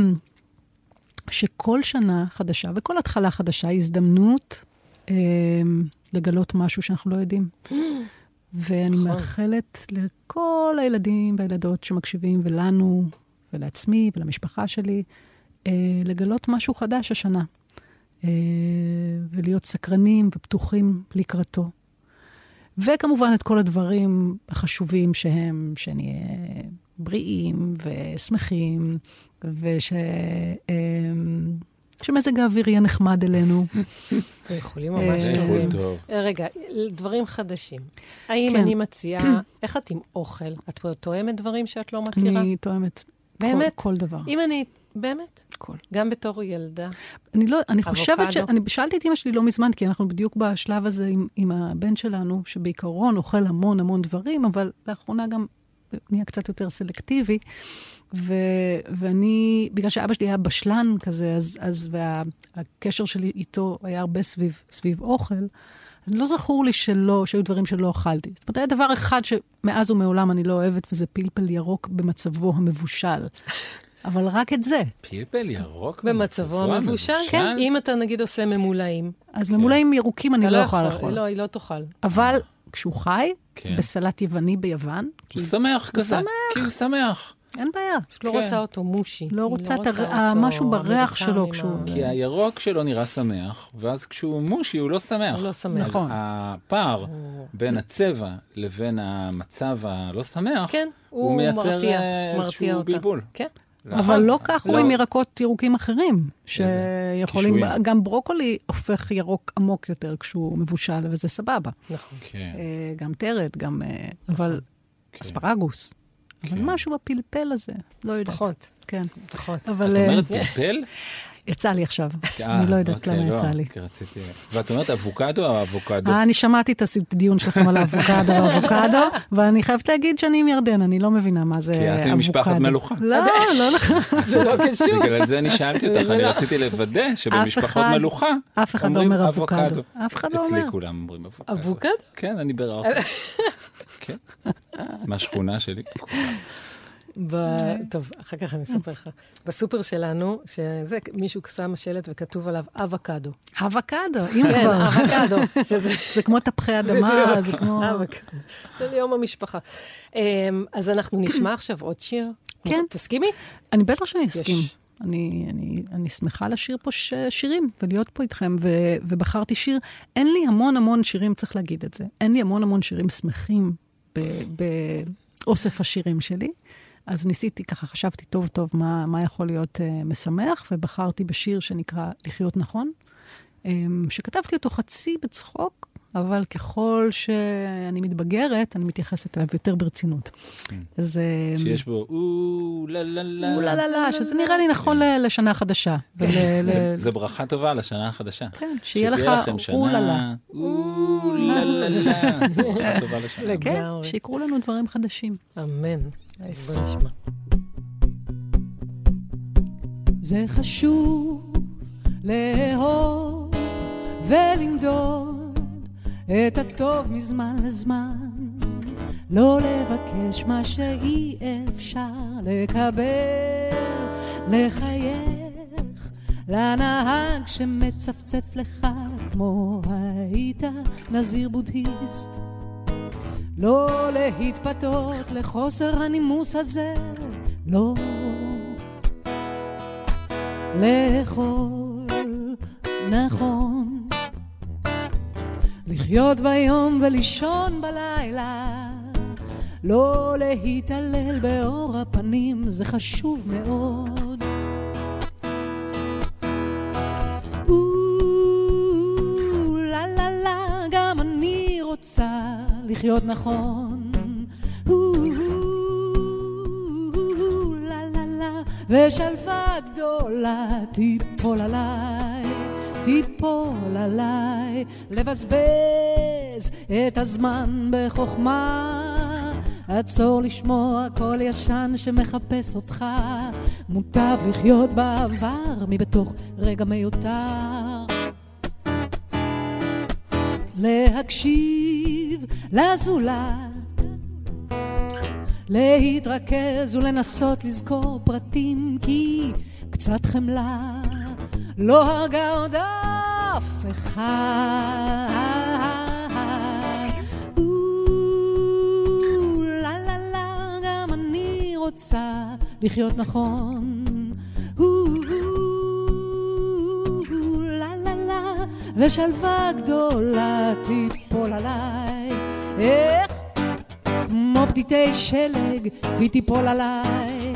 Speaker 6: שכל שנה חדשה וכל התחלה חדשה היא הזדמנות אמ, לגלות משהו שאנחנו לא יודעים. ואני מאחלת לכל הילדים והילדות שמקשיבים, ולנו, ולעצמי, ולמשפחה שלי, אה, לגלות משהו חדש השנה. אה, ולהיות סקרנים ופתוחים לקראתו. וכמובן את כל הדברים החשובים שהם, שנהיה בריאים ושמחים, וש... אה, שמזג האוויר יהיה נחמד אלינו.
Speaker 5: יכולים ממש טובים. רגע, דברים חדשים. האם אני מציעה, איך את עם אוכל? את תואמת דברים שאת לא מכירה?
Speaker 6: אני תואמת כל דבר.
Speaker 5: אם אני, באמת?
Speaker 6: כל.
Speaker 5: גם בתור ילדה?
Speaker 6: אני לא, אני חושבת ש... אני שאלתי את אמא שלי לא מזמן, כי אנחנו בדיוק בשלב הזה עם, עם הבן שלנו, שבעיקרון אוכל המון המון דברים, אבל לאחרונה גם נהיה קצת יותר סלקטיבי. ו, ואני, בגלל שאבא שלי היה בשלן כזה, אז, אז והקשר שלי איתו היה הרבה סביב, סביב אוכל, אז לא זכור לי שלא, שהיו דברים שלא אכלתי. זאת אומרת, היה דבר אחד שמאז ומעולם אני לא אוהבת, וזה פלפל ירוק במצבו המבושל. אבל רק את זה.
Speaker 4: פלפל ירוק
Speaker 5: במצבו המבושל? כן. אם אתה נגיד עושה ממולאים.
Speaker 6: אז ממולאים ירוקים אני לא יכולה לאכול.
Speaker 5: לא, היא לא תאכל.
Speaker 6: אבל כשהוא חי, בסלט יווני ביוון,
Speaker 4: הוא שמח כזה. כי הוא שמח.
Speaker 6: אין בעיה.
Speaker 5: לא רוצה אותו מושי.
Speaker 6: לא רוצה את משהו בריח שלו כשהוא...
Speaker 4: כי הירוק שלו נראה שמח, ואז כשהוא מושי הוא לא שמח.
Speaker 5: הוא לא שמח.
Speaker 6: נכון.
Speaker 4: הפער בין הצבע לבין המצב הלא שמח,
Speaker 5: כן,
Speaker 4: הוא מייצר איזשהו בלבול.
Speaker 5: כן.
Speaker 6: אבל לא כך הוא עם ירקות ירוקים אחרים, שיכולים, גם ברוקולי הופך ירוק עמוק יותר כשהוא מבושל, וזה סבבה.
Speaker 5: נכון.
Speaker 6: גם טרד, גם, אבל אספרגוס. אבל משהו בפלפל הזה, לא יודעת.
Speaker 5: פחות.
Speaker 6: כן.
Speaker 5: פחות.
Speaker 4: את אומרת פלפל?
Speaker 6: יצא לי עכשיו. אני לא יודעת למה יצא לי.
Speaker 4: ואת אומרת אבוקדו או אבוקדו?
Speaker 6: אני שמעתי את הדיון שלכם על האבוקדו או אבוקדו, ואני חייבת להגיד שאני עם ירדן, אני לא מבינה מה זה אבוקדו.
Speaker 4: כי את עם משפחת מלוכה.
Speaker 6: לא, לא נכון.
Speaker 5: זה לא קשור.
Speaker 4: בגלל זה אני שאלתי אותך, אני רציתי לוודא שבמשפחות מלוכה
Speaker 6: אף אחד לא אומר אבוקדו.
Speaker 4: אף אחד לא אומר. אצלי כולם אומרים אבוקדו.
Speaker 5: אבוקדו?
Speaker 4: כן, אני ביררתי. כן. מהשכונה שלי.
Speaker 5: טוב, אחר כך אני אספר לך. בסופר שלנו, שזה מישהו שם שלט וכתוב עליו אבוקדו.
Speaker 6: אבוקדו, אם כבר.
Speaker 5: כן, אבוקדו.
Speaker 6: זה כמו תפוחי אדמה, זה כמו...
Speaker 5: אבוקדו. זה ליום המשפחה. אז אנחנו נשמע עכשיו עוד שיר.
Speaker 6: כן.
Speaker 5: תסכימי?
Speaker 6: אני בטח שאני אסכים. אני, אני, אני שמחה לשיר פה ש, שירים, ולהיות פה איתכם, ו, ובחרתי שיר. אין לי המון המון שירים, צריך להגיד את זה. אין לי המון המון שירים שמחים באוסף השירים שלי. אז ניסיתי, ככה חשבתי טוב טוב מה, מה יכול להיות uh, משמח, ובחרתי בשיר שנקרא לחיות נכון, um, שכתבתי אותו חצי בצחוק, אבל ככל שאני מתבגרת, אני מתייחסת אליו יותר ברצינות. אז...
Speaker 4: שיש בו או לה לה לה.
Speaker 6: או לה לה לה, שזה נראה לי נכון לשנה החדשה.
Speaker 4: זה ברכה טובה לשנה החדשה.
Speaker 6: כן, שיהיה לך או לה לה.
Speaker 4: או לה לה לה. ברכה טובה לשנה.
Speaker 6: לגמרי. שיקרו לנו דברים חדשים.
Speaker 5: אמן. בוא נשמע.
Speaker 11: זה חשוב לאהוב ולמדוד את הטוב מזמן לזמן, לא לבקש מה שאי אפשר לקבל, לחייך לנהג שמצפצף לך כמו היית נזיר בודהיסט, לא להתפתות לחוסר הנימוס הזה, לא לאכול נכון, לחיות ביום ולישון בלילה, לא להתעלל באור הפנים, זה חשוב מאוד. לה לה לה, גם אני רוצה לחיות נכון. לה לה לה, ושלווה גדולה תיפול עליי, תיפול עליי, לבזבז את הזמן בחוכמה, עצור לשמוע קול ישן שמחפש אותך, מוטב לחיות בעבר מבתוך רגע מיותר, להקשיב לזולת, להתרכז ולנסות לזכור פרטים, כי קצת חמלה לא הרגה עוד אף אחד. לה לה לה, גם אני רוצה לחיות נכון. לה לה לה, ושלווה גדולה תיפול עליי. איך? כמו פתיתי שלג היא תיפול עליי.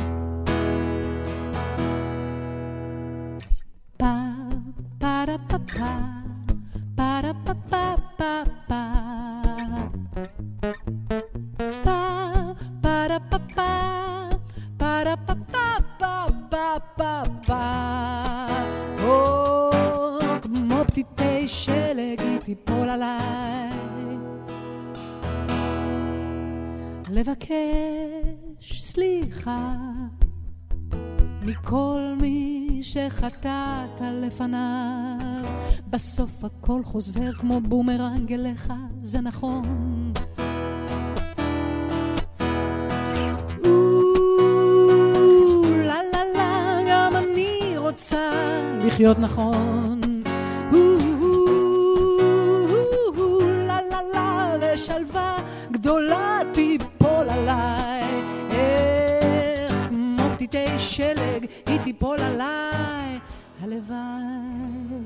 Speaker 11: פה פה פה פה פה פה פה פה כמו פתיתי שלג היא תיפול עליי. לבקש סליחה מכל מי שחטאת לפניו, בסוף הכל חוזר כמו בומרנג אליך, זה נכון. לה לה לה, גם אני רוצה לחיות נכון. לה לה לה, ושלווה גדולה תיפול עליי. איך כמו פתיתי שלג היא תיפול עליי. הלוואי.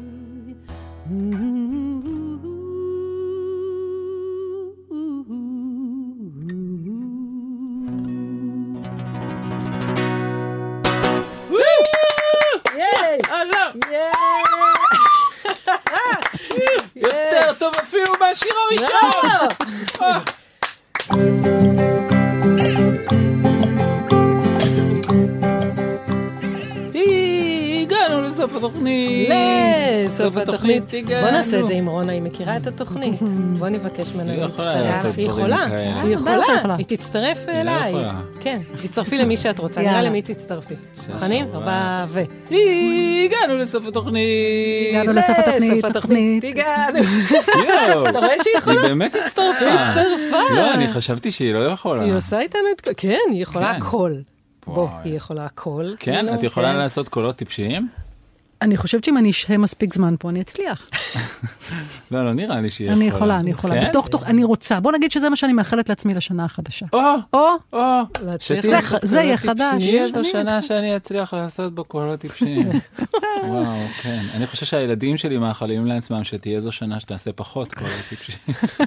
Speaker 4: יותר טוב אפילו מהשיר הראשון. הגענו לסוף התוכנית.
Speaker 5: לסוף התוכנית. בוא נעשה את זה עם רונה, היא מכירה את התוכנית. בוא נבקש ממנה להצטרף. היא יכולה. היא יכולה. היא תצטרף אליי. כן, תצטרפי למי שאת רוצה. נראה למי תצטרפי. מוכנים? ארבע ו...
Speaker 4: הגענו לסוף התוכנית.
Speaker 6: הגענו לסוף התוכנית.
Speaker 5: התוכנית. הגענו. אתה רואה שהיא יכולה?
Speaker 4: היא באמת הצטרפה.
Speaker 5: היא הצטרפה.
Speaker 4: לא, אני חשבתי שהיא לא יכולה.
Speaker 5: היא עושה איתנו את... כן, היא יכולה הכל. בוא, היא יכולה הכל.
Speaker 4: כן, את יכולה לעשות קולות טיפשיים?
Speaker 6: אני חושבת שאם אני אשהה מספיק זמן פה, אני אצליח.
Speaker 4: לא, לא נראה לי שהיא יכולה.
Speaker 6: אני יכולה, אני יכולה. בתוך תוך, אני רוצה. בוא נגיד שזה מה שאני מאחלת לעצמי לשנה החדשה.
Speaker 4: או,
Speaker 6: או,
Speaker 4: או.
Speaker 6: זה יהיה חדש.
Speaker 4: שתהיה זו שנה שאני אצליח לעשות בו קולות טיפשיים. וואו, כן. אני חושב שהילדים שלי מאחלים לעצמם שתהיה זו שנה שתעשה פחות קולות טיפשיים.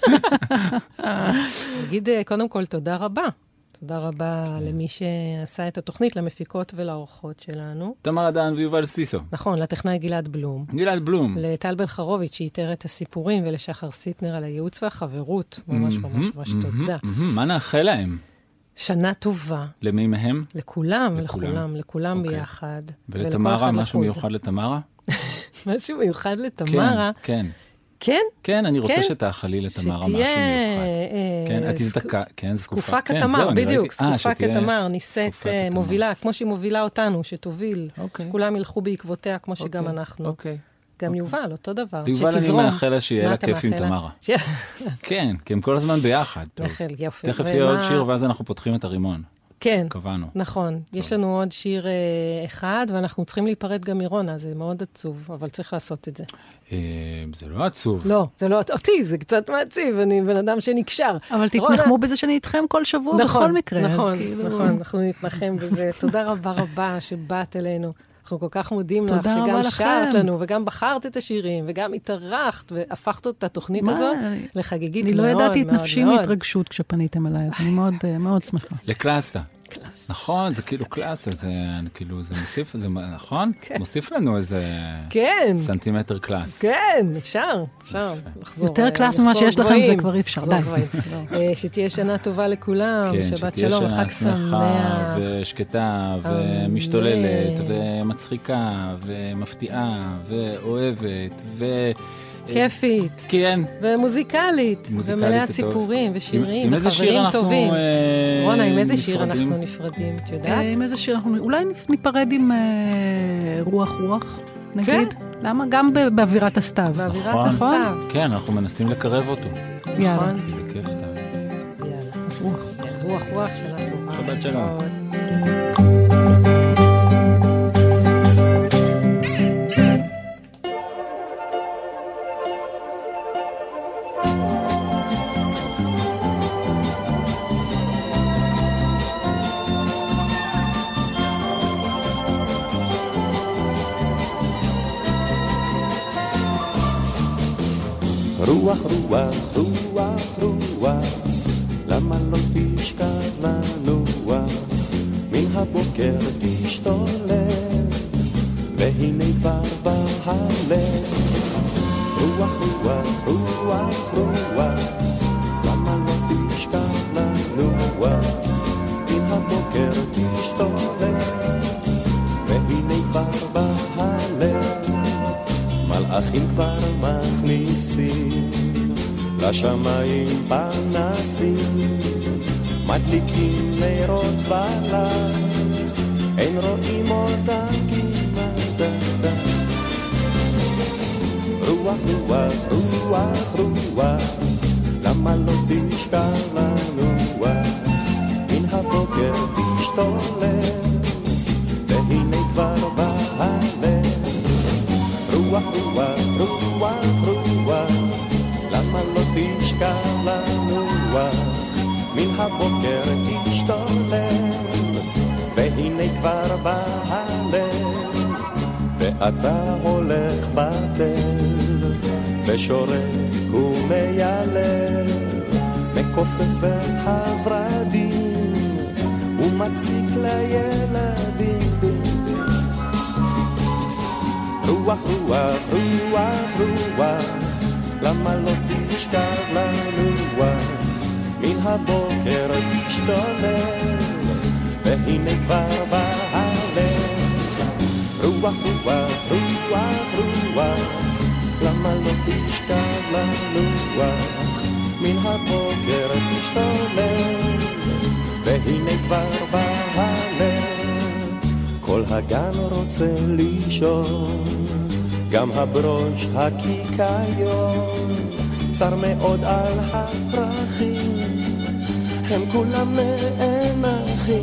Speaker 5: נגיד קודם כל תודה רבה. תודה רבה למי שעשה את התוכנית, למפיקות ולאורחות שלנו.
Speaker 4: תמר אדן ויובל סיסו.
Speaker 5: נכון, לטכנאי גלעד בלום.
Speaker 4: גלעד בלום.
Speaker 5: לטל בלחרוביץ' שאיתר את הסיפורים, ולשחר סיטנר על הייעוץ והחברות. ממש ממש ממש תודה.
Speaker 4: מה נאחל להם?
Speaker 5: שנה טובה.
Speaker 4: למי מהם?
Speaker 5: לכולם, לכולם, לכולם ביחד.
Speaker 4: ולתמרה, משהו מיוחד לתמרה?
Speaker 5: משהו מיוחד לתמרה?
Speaker 4: כן.
Speaker 5: כן?
Speaker 4: כן, אני רוצה שתאכלי לתמרה משהו מיוחד. כן, את תזדקה, כן,
Speaker 5: זקופה כתמר, בדיוק, זקופה כתמר, ניסית מובילה, כמו שהיא מובילה אותנו, שתוביל, שכולם ילכו בעקבותיה, כמו שגם אנחנו. גם יובל, אותו דבר.
Speaker 4: יובל אני מאחל לה שיהיה לה כיף עם תמרה. כן, כי הם כל הזמן ביחד. תכף יהיה עוד שיר, ואז אנחנו פותחים את הרימון.
Speaker 5: כן,
Speaker 4: קבענו.
Speaker 5: נכון. יש לנו עוד שיר אה, אחד, ואנחנו צריכים להיפרד גם מרונה, זה מאוד עצוב, אבל צריך לעשות את זה.
Speaker 4: אה, זה לא עצוב.
Speaker 5: לא, זה לא אותי, זה קצת מעציב, אני בן אדם שנקשר.
Speaker 6: אבל תתנחמו רונה... בזה שאני איתכם כל שבוע
Speaker 5: נכון,
Speaker 6: בכל מקרה.
Speaker 5: נכון,
Speaker 6: כאילו...
Speaker 5: נכון, אנחנו נתנחם בזה. תודה רבה רבה שבאת אלינו. אנחנו כל כך מודים לך שגם שרת לנו, וגם בחרת את השירים, וגם התארחת, והפכת את התוכנית הזאת לחגיגית מאוד מאוד מאוד.
Speaker 6: אני לא ידעתי את נפשי מהתרגשות כשפניתם אליי, אז אני מאוד שמחה.
Speaker 4: לקלאסה. נכון, זה כאילו קלאסה, זה כאילו, זה מוסיף, זה נכון? מוסיף לנו איזה סנטימטר קלאס.
Speaker 5: כן, אפשר, אפשר לחזור.
Speaker 6: יותר קלאס ממה שיש לכם, זה כבר אי אפשר, די.
Speaker 5: שתהיה שנה טובה לכולם, שבת שלום, חג שמח.
Speaker 4: ושקטה, ומשתוללת, ומצחיקה, ומפתיעה, ואוהבת, ו...
Speaker 5: כיפית.
Speaker 4: כן.
Speaker 5: ומוזיקלית. ומלאת סיפורים ושירים וחברים טובים. רונה, עם איזה שיר אנחנו נפרדים? את יודעת?
Speaker 6: עם איזה שיר אנחנו... אולי ניפרד עם רוח רוח. נגיד? למה? גם ב- באווירת הסתיו.
Speaker 5: באווירת הסתיו.
Speaker 4: כן, אנחנו מנסים לקרב אותו.
Speaker 6: יאללה.
Speaker 4: זה כיף סתיו.
Speaker 5: יאללה.
Speaker 6: אז רוח.
Speaker 5: רוח, רוח של הטובה.
Speaker 4: שבת שלום.
Speaker 12: רוח, רוח, רוח, רוח, למה לא תשכב לנוע? מן הבוקר תשתולל, והנה כבר בא הלב. רוח, רוח, רוח, רוח, למה לא תשכב לנוע? מן הבוקר תשתולל, והנה כבר בא הלב. מלאכים כבר מכניסים לשמיים פנסים, מדליקים נרות בלט, אין רואים אותם כמעט. רוח, רוח, רוח, רוח, למה לא תשכב לנוע? מן הבוקר תשתולל, והנה כבר בא הלב. רוח, רוח, רוח, רוח, למה לא תשכב לנוע? מן הבוקר תשתולל, והנה כבר בא הלב. ואתה הולך בתל, ושורק ומיילל, מכופף את הורדים, ומציק לילדים. רוח, רוח, רוח, רוח, למה לא תשכב לנוע? מן הבוקר תשתולל, והנה כבר בא הלב. רוח, רוח, רוח, רוח, למה לא תשכב לנוע? מן הבוקר תשתולל, והנה כבר בא הלב. כל הגן רוצה לישון, גם הברוש הקיקיון, צר מאוד על הפרחים, הם כולם נאנחים.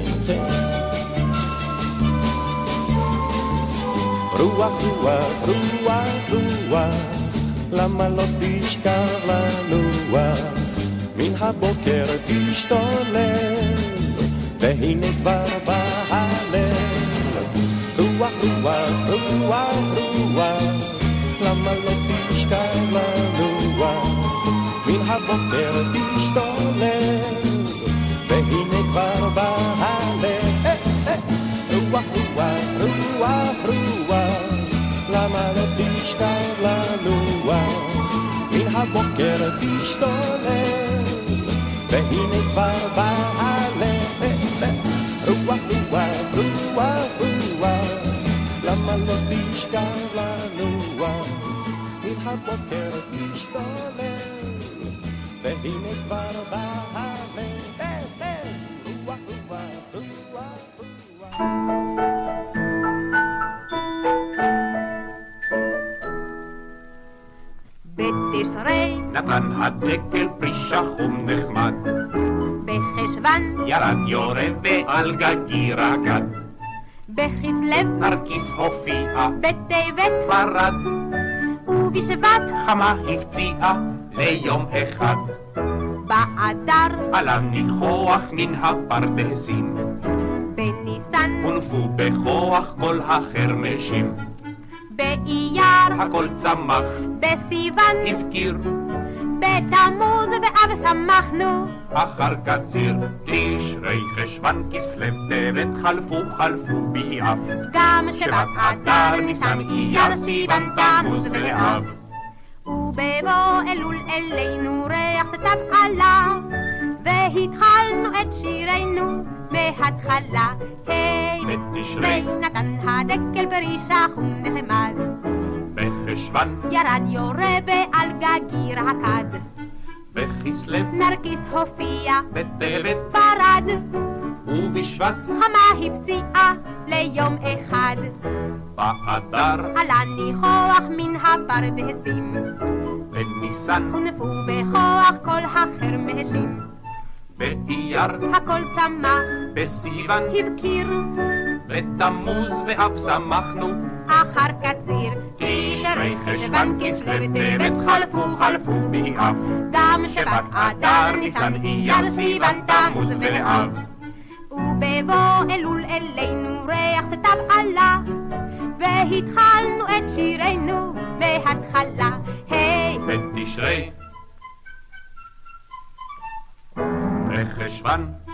Speaker 12: רוח, רוח, רוח, רוח, למה לא תשכב לנוע? מן הבוקר תשתולל, והנה כבר בא הלב. רוח, רוח, רוח, רוח, למה לא תשכב לנוע? מן הבוקר תשתולל, והנה כבר בא הלב. רוח, רוח, רוח, רוח, למה לא תשכב לנוע? מן הבוקר תשתולל, והנה כבר בא הלב. רוח, רוח, רוח, רוח, למה לא תשכב לנוע? מן הבוקר תשתולל, והנה כבר בא הלב. רוח, רוח, רוח, רוח.
Speaker 13: בתשרי
Speaker 14: נתן הדקל פרישה חום נחמד,
Speaker 13: בחשוון
Speaker 14: ירד יורה ועל גגי רקד,
Speaker 13: בכסלו
Speaker 14: נרקיס הופיעה,
Speaker 13: בטבת
Speaker 14: פרד,
Speaker 13: ובשבט
Speaker 14: חמה הפציעה ליום אחד.
Speaker 13: באדר
Speaker 14: עלה ניחוח מן הפרדסים,
Speaker 13: בניסן
Speaker 14: הונפו בכוח כל החרמשים,
Speaker 13: באייר
Speaker 14: הכל צמח,
Speaker 13: בסיוון
Speaker 14: הבקיר,
Speaker 13: בתמוז ואב שמחנו,
Speaker 14: אחר קציר, תשרי חשוון כסלו טבת, חלפו חלפו ביעף,
Speaker 13: גם שבת אדר ניסן אייר סיוון תמוז ואב. ובבוא אלול אלינו ריח סתיו עלה, והתחלנו את שירנו מהתחלה. היי בתשרי נתן הדקל פרישה חום נחמד,
Speaker 14: בחשוון
Speaker 13: ירד יורה ועל גגי רקד,
Speaker 14: בכסלו
Speaker 13: נרקיס הופיע,
Speaker 14: בטבת
Speaker 13: פרד,
Speaker 14: ובשבט
Speaker 13: חמה הפציעה ליום אחד.
Speaker 14: באדר
Speaker 13: עלה ניחוח מן הפרדסים,
Speaker 14: בניסן
Speaker 13: הונפו בכוח כל החרמשים.
Speaker 14: באייר
Speaker 13: הכל צמח,
Speaker 14: בסיוון
Speaker 13: הבקיר,
Speaker 14: בתמוז ואף שמחנו,
Speaker 13: אחר קציר,
Speaker 14: תשרי חשוון כסלו טבת חלפו חלפו באב,
Speaker 13: גם שבט אדר ניסן אייר סיוון תמוז ואב. ובבוא אלול אלינו ריח סתיו עלה, והתחלנו את שירנו מההתחלה. היי
Speaker 14: בתשרי בחשוון